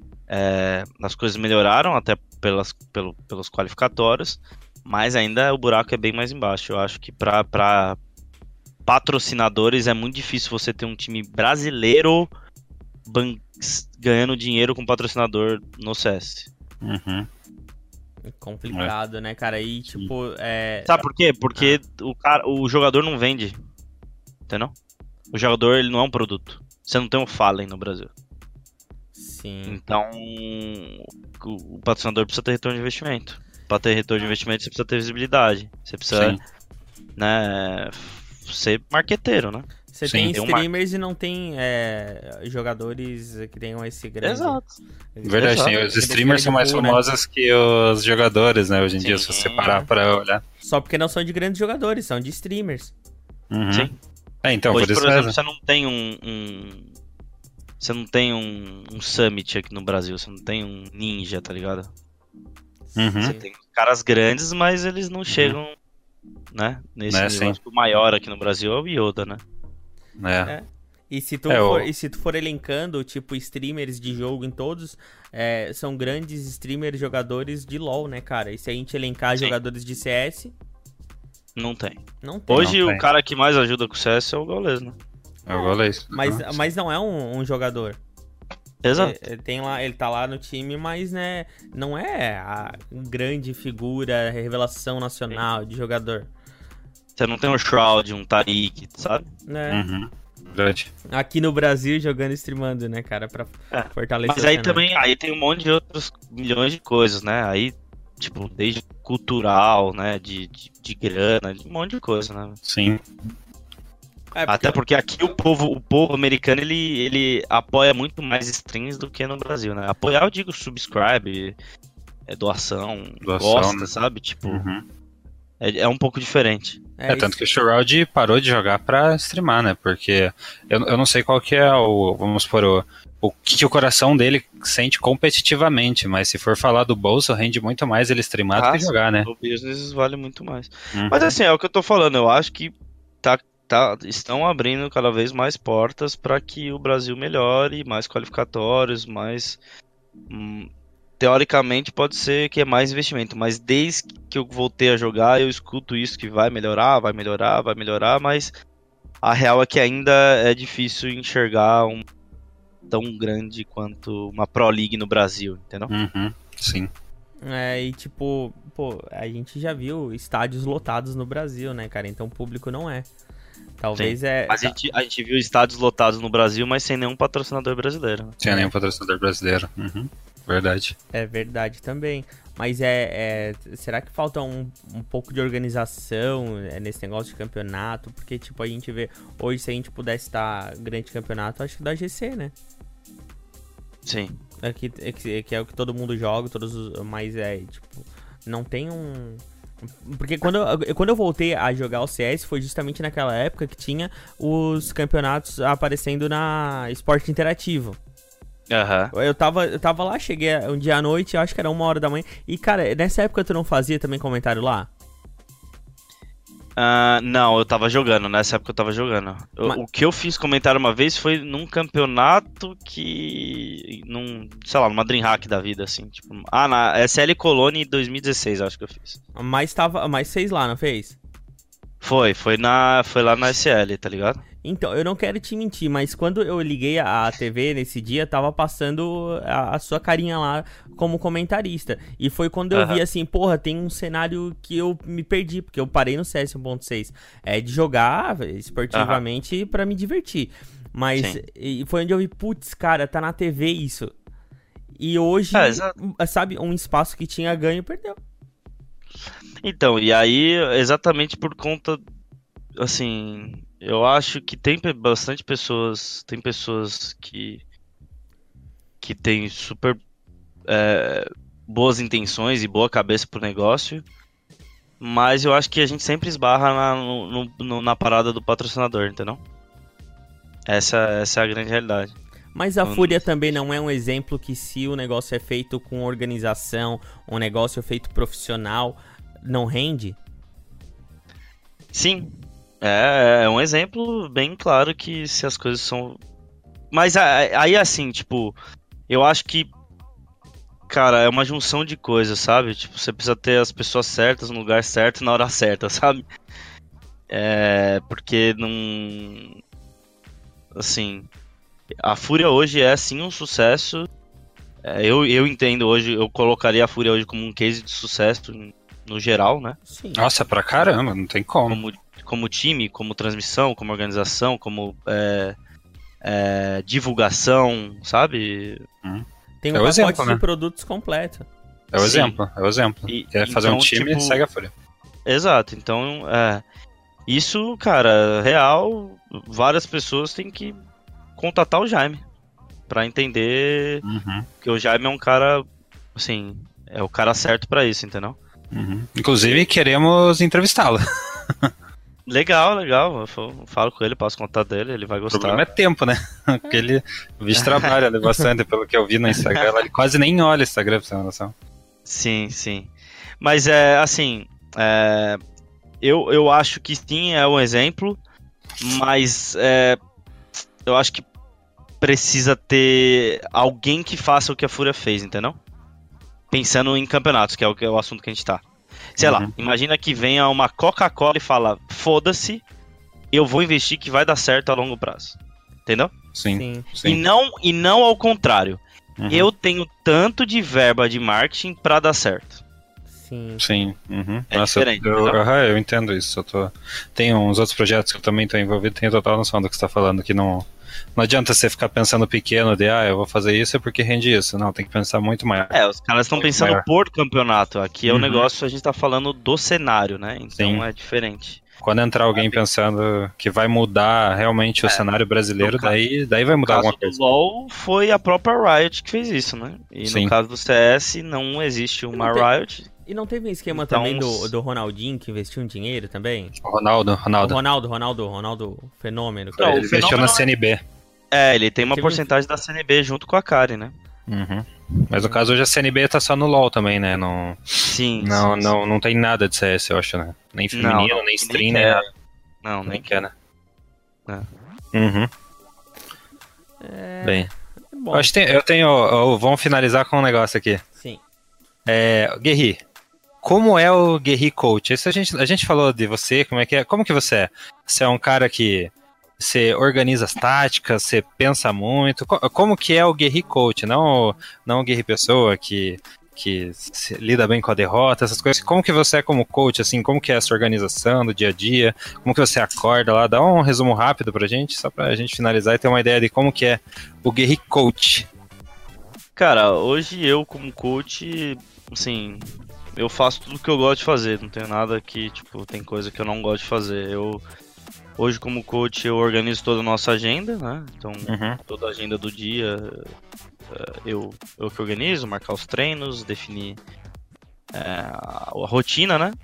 D: as coisas melhoraram até pelos qualificatórios, mas ainda o buraco é bem mais embaixo. Eu acho que para patrocinadores é muito difícil você ter um time brasileiro ganhando dinheiro com patrocinador no CS.
A: Complicado, né, cara? E tipo,
D: Sabe por quê? Porque o jogador não vende. Entendeu? O jogador, ele não é um produto. Você não tem um Fallen no Brasil.
A: Sim.
D: Então, o patrocinador precisa ter retorno de investimento. Para ter retorno de investimento, você precisa ter visibilidade. Você precisa, né, ser marqueteiro, né?
A: Você tem streamers e não tem jogadores que tenham esse grande...
D: Exato.
C: Verdade, sim. Os streamers são mais famosos, né, que os jogadores, né? Hoje em dia, se você parar pra olhar.
A: Só porque não são de grandes jogadores, são de streamers.
D: Sim.
C: Então,
D: hoje,
C: por isso
D: exemplo, você não tem você não tem um Summit aqui no Brasil, você não tem um Ninja, tá ligado? Você tem caras grandes, mas eles não chegam, né, nesse nível. O maior aqui no Brasil é o Yoda, né?
A: E se tu, for elencando, tipo, streamers de jogo em todos, são grandes streamers jogadores de LoL, né, cara? E se a gente elencar jogadores de CS...
D: Não tem.
A: Não tem.
D: Hoje
C: Não
D: o
C: tem.
D: cara que mais ajuda com o CS é o Gaules, né?
C: É o Gaules.
A: Mas não é um jogador.
D: Exato.
A: Ele tá lá no time, mas né, não é a grande figura, revelação nacional de jogador.
D: Você não tem um Shroud, um Tariq, sabe?
A: Né?
C: Verdade.
A: Aqui no Brasil, jogando e streamando, né, cara, pra fortalecer
D: Mas
A: o
D: aí
A: cenário.
D: também, aí tem um monte de outros milhões de coisas, né? Aí, tipo, desde cultural, né, de grana, de um monte de coisa, né?
C: Sim.
D: Até porque aqui o povo americano, ele apoia muito mais streams do que no Brasil, né? Apoiar, eu digo subscribe, doação, gosta,
C: né?
D: sabe? Tipo, é um pouco diferente.
C: Tanto que o Shroud parou de jogar pra streamar, né? Porque eu não sei qual que é vamos supor, o que o coração dele sente competitivamente, mas se for falar do bolso, rende muito mais ele streamar do que jogar, né?
D: O business vale muito mais. Mas assim, é o que eu tô falando, eu acho que estão abrindo cada vez mais portas para que o Brasil melhore, mais qualificatórios, mais... teoricamente pode ser que é mais investimento, mas desde que eu voltei a jogar, eu escuto isso que vai melhorar, mas a real é que ainda é difícil enxergar um tão grande quanto uma Pro League no Brasil, entendeu?
C: Sim.
A: E tipo, pô, a gente já viu estádios lotados no Brasil, né, cara? Então o público não é. Talvez
D: Mas a gente viu estádios lotados no Brasil, mas sem nenhum patrocinador brasileiro. Né?
C: Sem nenhum patrocinador brasileiro. Verdade.
A: É verdade também. Mas será que falta um pouco de organização nesse negócio de campeonato? Porque, tipo, a gente vê... Hoje, se a gente pudesse estar grande campeonato, acho que da GC, né?
D: Sim.
A: Que é o que todo mundo joga, mas tipo... Não tem um... Porque quando eu voltei a jogar o CS, foi justamente naquela época que tinha os campeonatos aparecendo na Esporte Interativo. Eu tava lá, cheguei um dia à noite, acho que era 1h da manhã. E, cara, nessa época tu não fazia também comentário lá?
D: Não, eu tava jogando, nessa época eu tava jogando. O que eu fiz comentário uma vez foi num campeonato sei lá, numa Dreamhack da vida, assim. Tipo, na SL Colônia 2016, acho que eu fiz.
A: Mas fez lá, não fez?
D: Foi lá na SL, tá ligado?
A: Então, eu não quero te mentir, mas quando eu liguei a TV nesse dia, tava passando a sua carinha lá como comentarista. E foi quando eu vi assim, porra, tem um cenário que eu me perdi, porque eu parei no CS 1.6. De jogar esportivamente pra me divertir. Mas foi onde eu vi, putz, cara, tá na TV isso. E hoje, sabe, um espaço que tinha ganho, perdeu.
D: Então, e aí, exatamente por conta, assim... Eu acho que tem bastante pessoas, tem pessoas que têm super boas intenções e boa cabeça pro negócio, mas eu acho que a gente sempre esbarra na parada do patrocinador, entendeu? Essa é a grande realidade.
A: Mas a Fúria também não é um exemplo que, se o negócio é feito com organização, um negócio feito profissional, não rende?
D: Sim. É um exemplo bem claro que se as coisas são... Mas aí assim, tipo, eu acho que, cara, é uma junção de coisas, sabe? Tipo, você precisa ter as pessoas certas no lugar certo na hora certa, sabe? Porque não... Assim, a Fúria hoje é sim um sucesso. Eu entendo hoje, eu colocaria a Fúria hoje como um case de sucesso no geral, né?
A: Sim.
C: Nossa, pra caramba, não tem como.
D: Como time, como transmissão, como organização, como divulgação, sabe?
A: Tem um pacote
C: exemplo,
A: de
C: né?
A: produtos completo.
C: É o exemplo. Quer fazer um time,
D: tipo,
C: segue a Fúria.
D: Exato, então, isso, cara, real, várias pessoas têm que contatar o Jaime pra entender que o Jaime é um cara, assim, é o cara certo pra isso, entendeu?
C: Inclusive, queremos entrevistá-lo.
D: Legal, eu falo com ele, passo o contato dele, ele vai gostar.
C: O problema é tempo, né? Porque o bicho trabalha bastante, pelo que eu vi no Instagram, ele quase nem olha o Instagram, pra você ter uma noção.
D: Sim. Mas assim, eu acho que sim, é um exemplo, mas eu acho que precisa ter alguém que faça o que a Fúria fez, entendeu? Pensando em campeonatos, que é o assunto que a gente tá. Sei lá, imagina que venha uma Coca-Cola e fala, foda-se, eu vou investir que vai dar certo a longo prazo. Entendeu?
C: Sim.
D: E não ao contrário. Eu tenho tanto de verba de marketing pra dar certo.
C: Sim.
D: É
C: Nossa,
D: diferente,
C: eu entendo isso. Tem uns outros projetos que eu também tô envolvido, tenho total noção do que você tá falando, que não adianta você ficar pensando pequeno de, eu vou fazer isso porque rende isso. Não, tem que pensar muito maior.
D: Os caras estão pensando
C: maior.
D: por campeonato. Aqui é o negócio, a gente tá falando do cenário, né? Então é diferente.
C: Quando entrar alguém pensando que vai mudar realmente o cenário brasileiro, daí vai mudar alguma coisa.
D: No LoL foi a própria Riot que fez isso, né? E no caso do CS não existe uma Riot.
A: E não teve um esquema também do Ronaldinho que investiu um dinheiro também?
C: Ronaldo
A: Fenômeno.
C: Não, ele investiu na CNB.
D: Ele tem uma porcentagem da CNB junto com a Kari, né?
C: Mas no caso hoje a CNB tá só no LoL também, né? Não tem nada de CS, eu acho, né? Nem feminino, nem stream, nem nada.
D: Não, nem
C: quer, né? Bem,
A: bom.
C: Acho que vamos finalizar com um negócio aqui.
A: Sim.
C: Guerri, como é o Guerri Coach? Isso a gente falou de você, como que você é? Você é um cara que você organiza as táticas, você pensa muito. Como que é o Guerri Coach? Não o Guerri Pessoa que lida bem com a derrota, essas coisas. Como que você é como coach, assim? Como que é essa organização do dia a dia? Como que você acorda lá? Dá um resumo rápido pra gente, só pra gente finalizar e ter uma ideia de como que é o Guerri Coach.
D: Cara, hoje eu como coach, assim, eu faço tudo que eu gosto de fazer. Não tenho nada que, tem coisa que eu não gosto de fazer. Hoje, como coach, eu organizo toda a nossa agenda, né? Então, toda a agenda do dia eu que organizo, marcar os treinos, definir a rotina, né?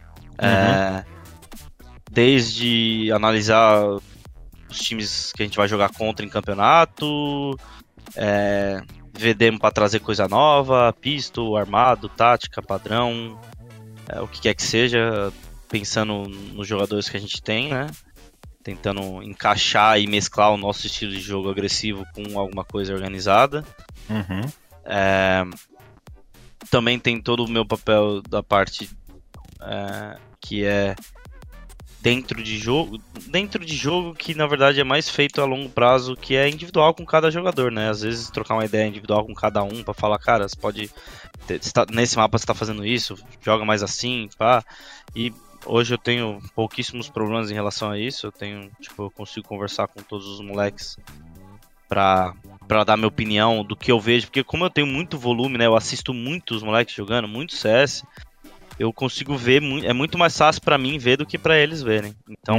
D: Desde analisar os times que a gente vai jogar contra em campeonato, ver demo para trazer coisa nova, pistol, armado, tática, padrão, o que quer que seja, pensando nos jogadores que a gente tem, né? Tentando encaixar e mesclar o nosso estilo de jogo agressivo com alguma coisa organizada. Também tem todo o meu papel da parte que é dentro de jogo que na verdade é mais feito a longo prazo, que é individual com cada jogador, né? Às vezes trocar uma ideia individual com cada um para falar, cara, você pode nesse mapa você tá fazendo isso, joga mais assim, pá. E hoje eu tenho pouquíssimos problemas em relação a isso. Eu consigo conversar com todos os moleques pra dar minha opinião do que eu vejo, porque como eu tenho muito volume, né, eu assisto muitos moleques jogando, muito CS, eu consigo ver, é muito mais fácil pra mim ver do que pra eles verem. Então,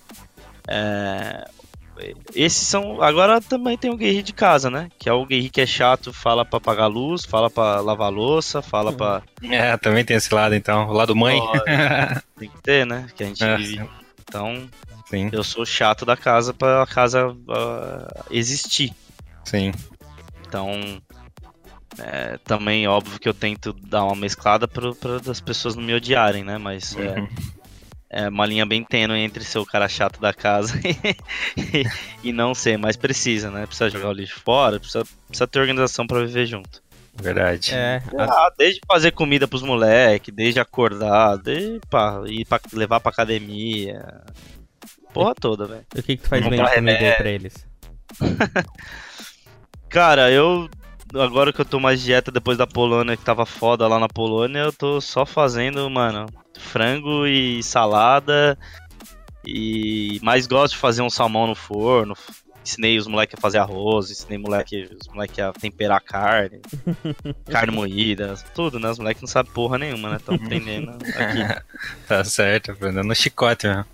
D: esses são... Agora também tem o Guerri de casa, né, que é o Guerri que é chato, fala pra apagar a luz, fala pra lavar a louça, fala pra...
C: também tem esse lado, então, o lado mãe.
D: Tem que ter, né, que a gente vive. Então,
C: sim.
D: Eu sou chato da casa pra a casa existir.
C: Sim.
D: Então, também óbvio que eu tento dar uma mesclada para as pessoas não me odiarem, né? Mas é uma linha bem tênue entre ser o cara chato da casa e não ser, mas precisa, né? Precisa jogar o lixo fora, precisa ter organização para viver junto.
C: Verdade.
D: Desde fazer comida pros moleques, desde acordar, desde levar pra academia. Porra toda, velho.
A: O que tu faz bem de comida aí pra eles?
D: Cara, agora que eu tô mais dieta depois da Polônia, que tava foda lá na Polônia, eu tô só fazendo, mano, frango e salada. E mais gosto de fazer um salmão no forno. Ensinei os moleques a fazer arroz, ensinei os moleques a temperar carne, carne moída, tudo, né? Os moleques não sabem porra nenhuma, né? Estão aprendendo aqui.
C: Tá certo, aprendendo no chicote mesmo.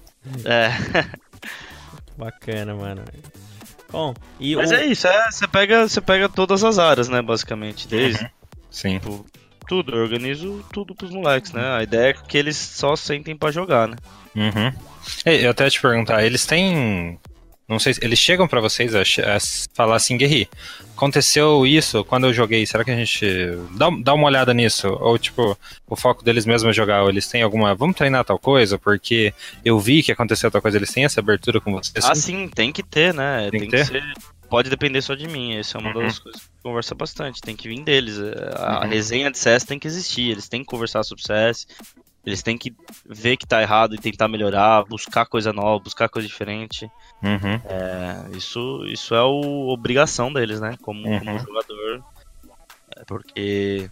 A: Bacana, mano. Bom,
D: mas é isso, você pega todas as áreas, né, basicamente, desde...
C: Sim.
D: Tudo, eu organizo tudo pros moleques, né? A ideia é que eles só sentem pra jogar, né?
C: Eu até te perguntar, eles têm... Não sei, eles chegam pra vocês a falar assim, Guerri, aconteceu isso quando eu joguei, será que a gente dá uma olhada nisso? Ou tipo, o foco deles mesmo é jogar, ou eles têm alguma, vamos treinar tal coisa, porque eu vi que aconteceu tal coisa, eles têm essa abertura com vocês?
D: Sim, tem que ter, né? Tem que ser pode depender só de mim. Essa é uma das coisas que conversa bastante. Tem que vir deles. A resenha de CS tem que existir. Eles têm que conversar sobre CS. Eles têm que ver que tá errado e tentar melhorar, buscar coisa nova, buscar coisa diferente. Isso é a obrigação deles, né? Como jogador. Porque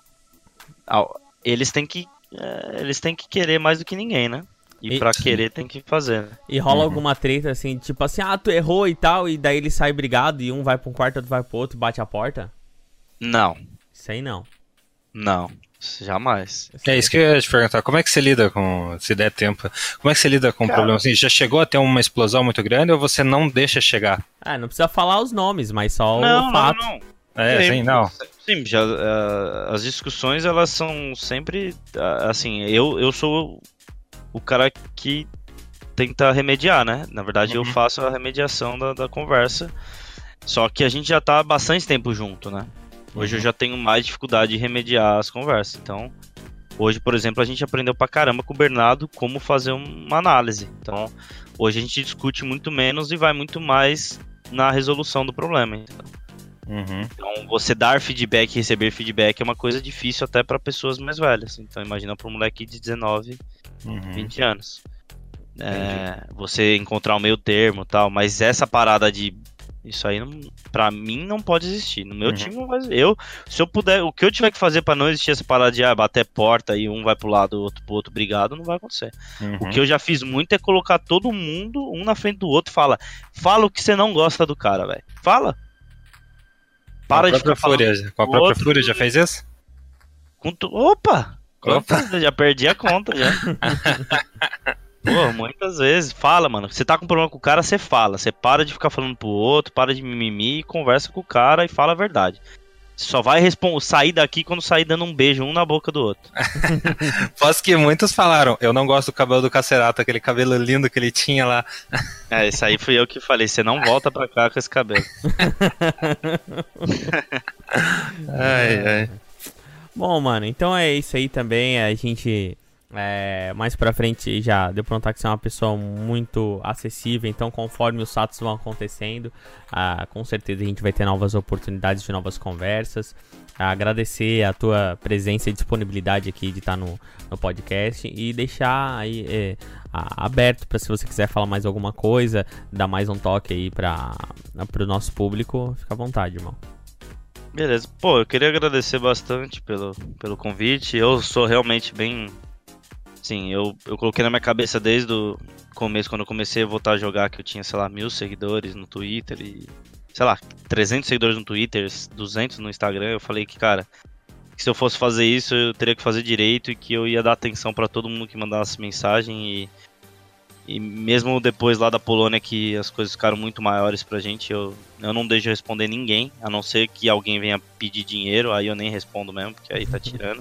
D: eles têm que querer mais do que ninguém, né? E pra querer tem que fazer, né?
A: E rola alguma treta assim, tipo assim, tu errou e tal, e daí ele sai brigado e um vai pra um quarto, outro vai pro outro e bate a porta?
D: Não.
A: Isso aí não.
D: Não. Jamais.
C: É isso que eu ia te perguntar. Como é que você lida com, se der tempo, como é que você lida com o problema assim? Já chegou a ter uma explosão muito grande ou você não deixa chegar?
A: Não precisa falar os nomes, mas só o fato.
D: Não.
C: Não.
D: Sim, já, as discussões, elas são sempre, assim, eu sou o cara que tenta remediar, né? Na verdade, eu faço a remediação da conversa, só que a gente já tá há bastante tempo junto, né? Hoje eu já tenho mais dificuldade de remediar as conversas. Então, hoje, por exemplo, a gente aprendeu pra caramba com o Bernardo como fazer uma análise. Então, hoje a gente discute muito menos e vai muito mais na resolução do problema. Então, você dar feedback e receber feedback é uma coisa difícil até pra pessoas mais velhas. Então, imagina pra um moleque de 19, 20 anos. Você encontrar o meio termo e tal, mas essa parada de... Isso aí, pra mim, não pode existir. No meu time não vai existir. Se eu puder, o que eu tiver que fazer pra não existir essa parada de bater porta e um vai pro lado, o outro pro outro, brigado, não vai acontecer. O que eu já fiz muito é colocar todo mundo, um na frente do outro, fala o que você não gosta do cara, velho. Fala. Para de ficar falando.
C: Com a própria Fúria já fez isso?
D: Opa! Já perdi a conta, já. Pô, muitas vezes. Fala, mano. Você tá com problema com o cara, você fala. Você para de ficar falando pro outro, para de mimimi, conversa com o cara e fala a verdade. Você só vai sair daqui quando sair dando um beijo um na boca do outro.
C: Posso que muitos falaram, eu não gosto do cabelo do Cacerato, aquele cabelo lindo que ele tinha lá.
D: Isso aí fui eu que falei, você não volta pra cá com esse cabelo.
C: Ai.
A: Bom, mano, então é isso aí também. A gente... mais pra frente já deu pra notar que você é uma pessoa muito acessível. Então conforme os fatos vão acontecendo, com certeza a gente vai ter novas oportunidades de novas conversas. Agradecer a tua presença e disponibilidade aqui de estar no podcast. E deixar aí aberto pra, se você quiser falar mais alguma coisa, dar mais um toque aí pro nosso público. Fica à vontade, irmão.
D: Beleza, pô, eu queria agradecer bastante pelo convite. Eu sou realmente bem... Sim, eu coloquei na minha cabeça desde o começo, quando eu comecei a voltar a jogar, que eu tinha, sei lá, 1000 seguidores no Twitter e, sei lá, 300 seguidores no Twitter, 200 no Instagram. Eu falei que, cara, que se eu fosse fazer isso, eu teria que fazer direito e que eu ia dar atenção pra todo mundo que mandasse mensagem. E mesmo depois lá da Polônia, que as coisas ficaram muito maiores pra gente, eu não deixo responder ninguém, a não ser que alguém venha pedir dinheiro, aí eu nem respondo mesmo, porque aí tá tirando.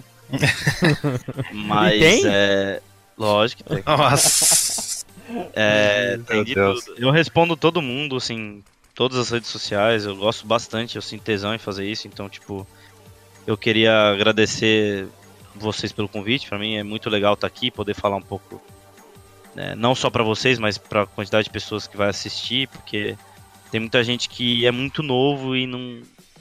D: Mas lógico que tem.
C: Nossa.
D: Tem de tudo. Eu respondo todo mundo, assim, todas as redes sociais. Eu gosto bastante, eu sinto tesão em fazer isso. Então, tipo, eu queria agradecer vocês pelo convite. Pra mim é muito legal estar aqui, poder falar um pouco, não só pra vocês, mas pra quantidade de pessoas que vai assistir, porque tem muita gente que é muito novo e não...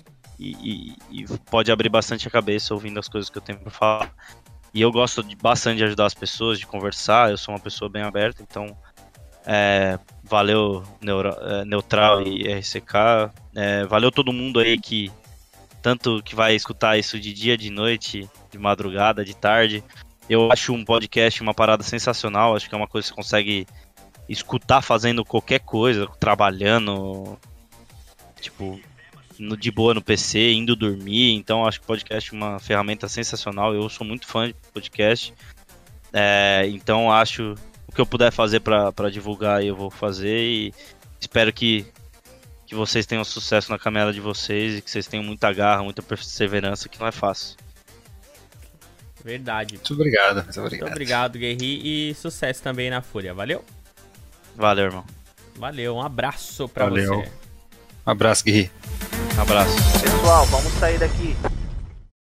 D: E pode abrir bastante a cabeça ouvindo as coisas que eu tenho pra falar. E eu gosto bastante de ajudar as pessoas, de conversar. Eu sou uma pessoa bem aberta, então valeu Neutral e RCK. Valeu todo mundo aí que tanto que vai escutar isso de dia, de noite, de madrugada, de tarde. Eu acho um podcast uma parada sensacional. Acho que é uma coisa que você consegue escutar fazendo qualquer coisa, trabalhando, tipo... de boa no PC, indo dormir. Então acho que o podcast é uma ferramenta sensacional. Eu sou muito fã de podcast, então acho o que eu puder fazer pra divulgar eu vou fazer, e espero que vocês tenham sucesso na caminhada de vocês e que vocês tenham muita garra, muita perseverança, que não é fácil.
A: Verdade.
C: Muito obrigado.
A: Muito obrigado, Guerri, e sucesso também na Fúria. Valeu?
D: Valeu, irmão.
A: Valeu, um abraço pra você.
C: Um abraço, Guerri.
D: Um abraço.
E: Pessoal, vamos sair daqui.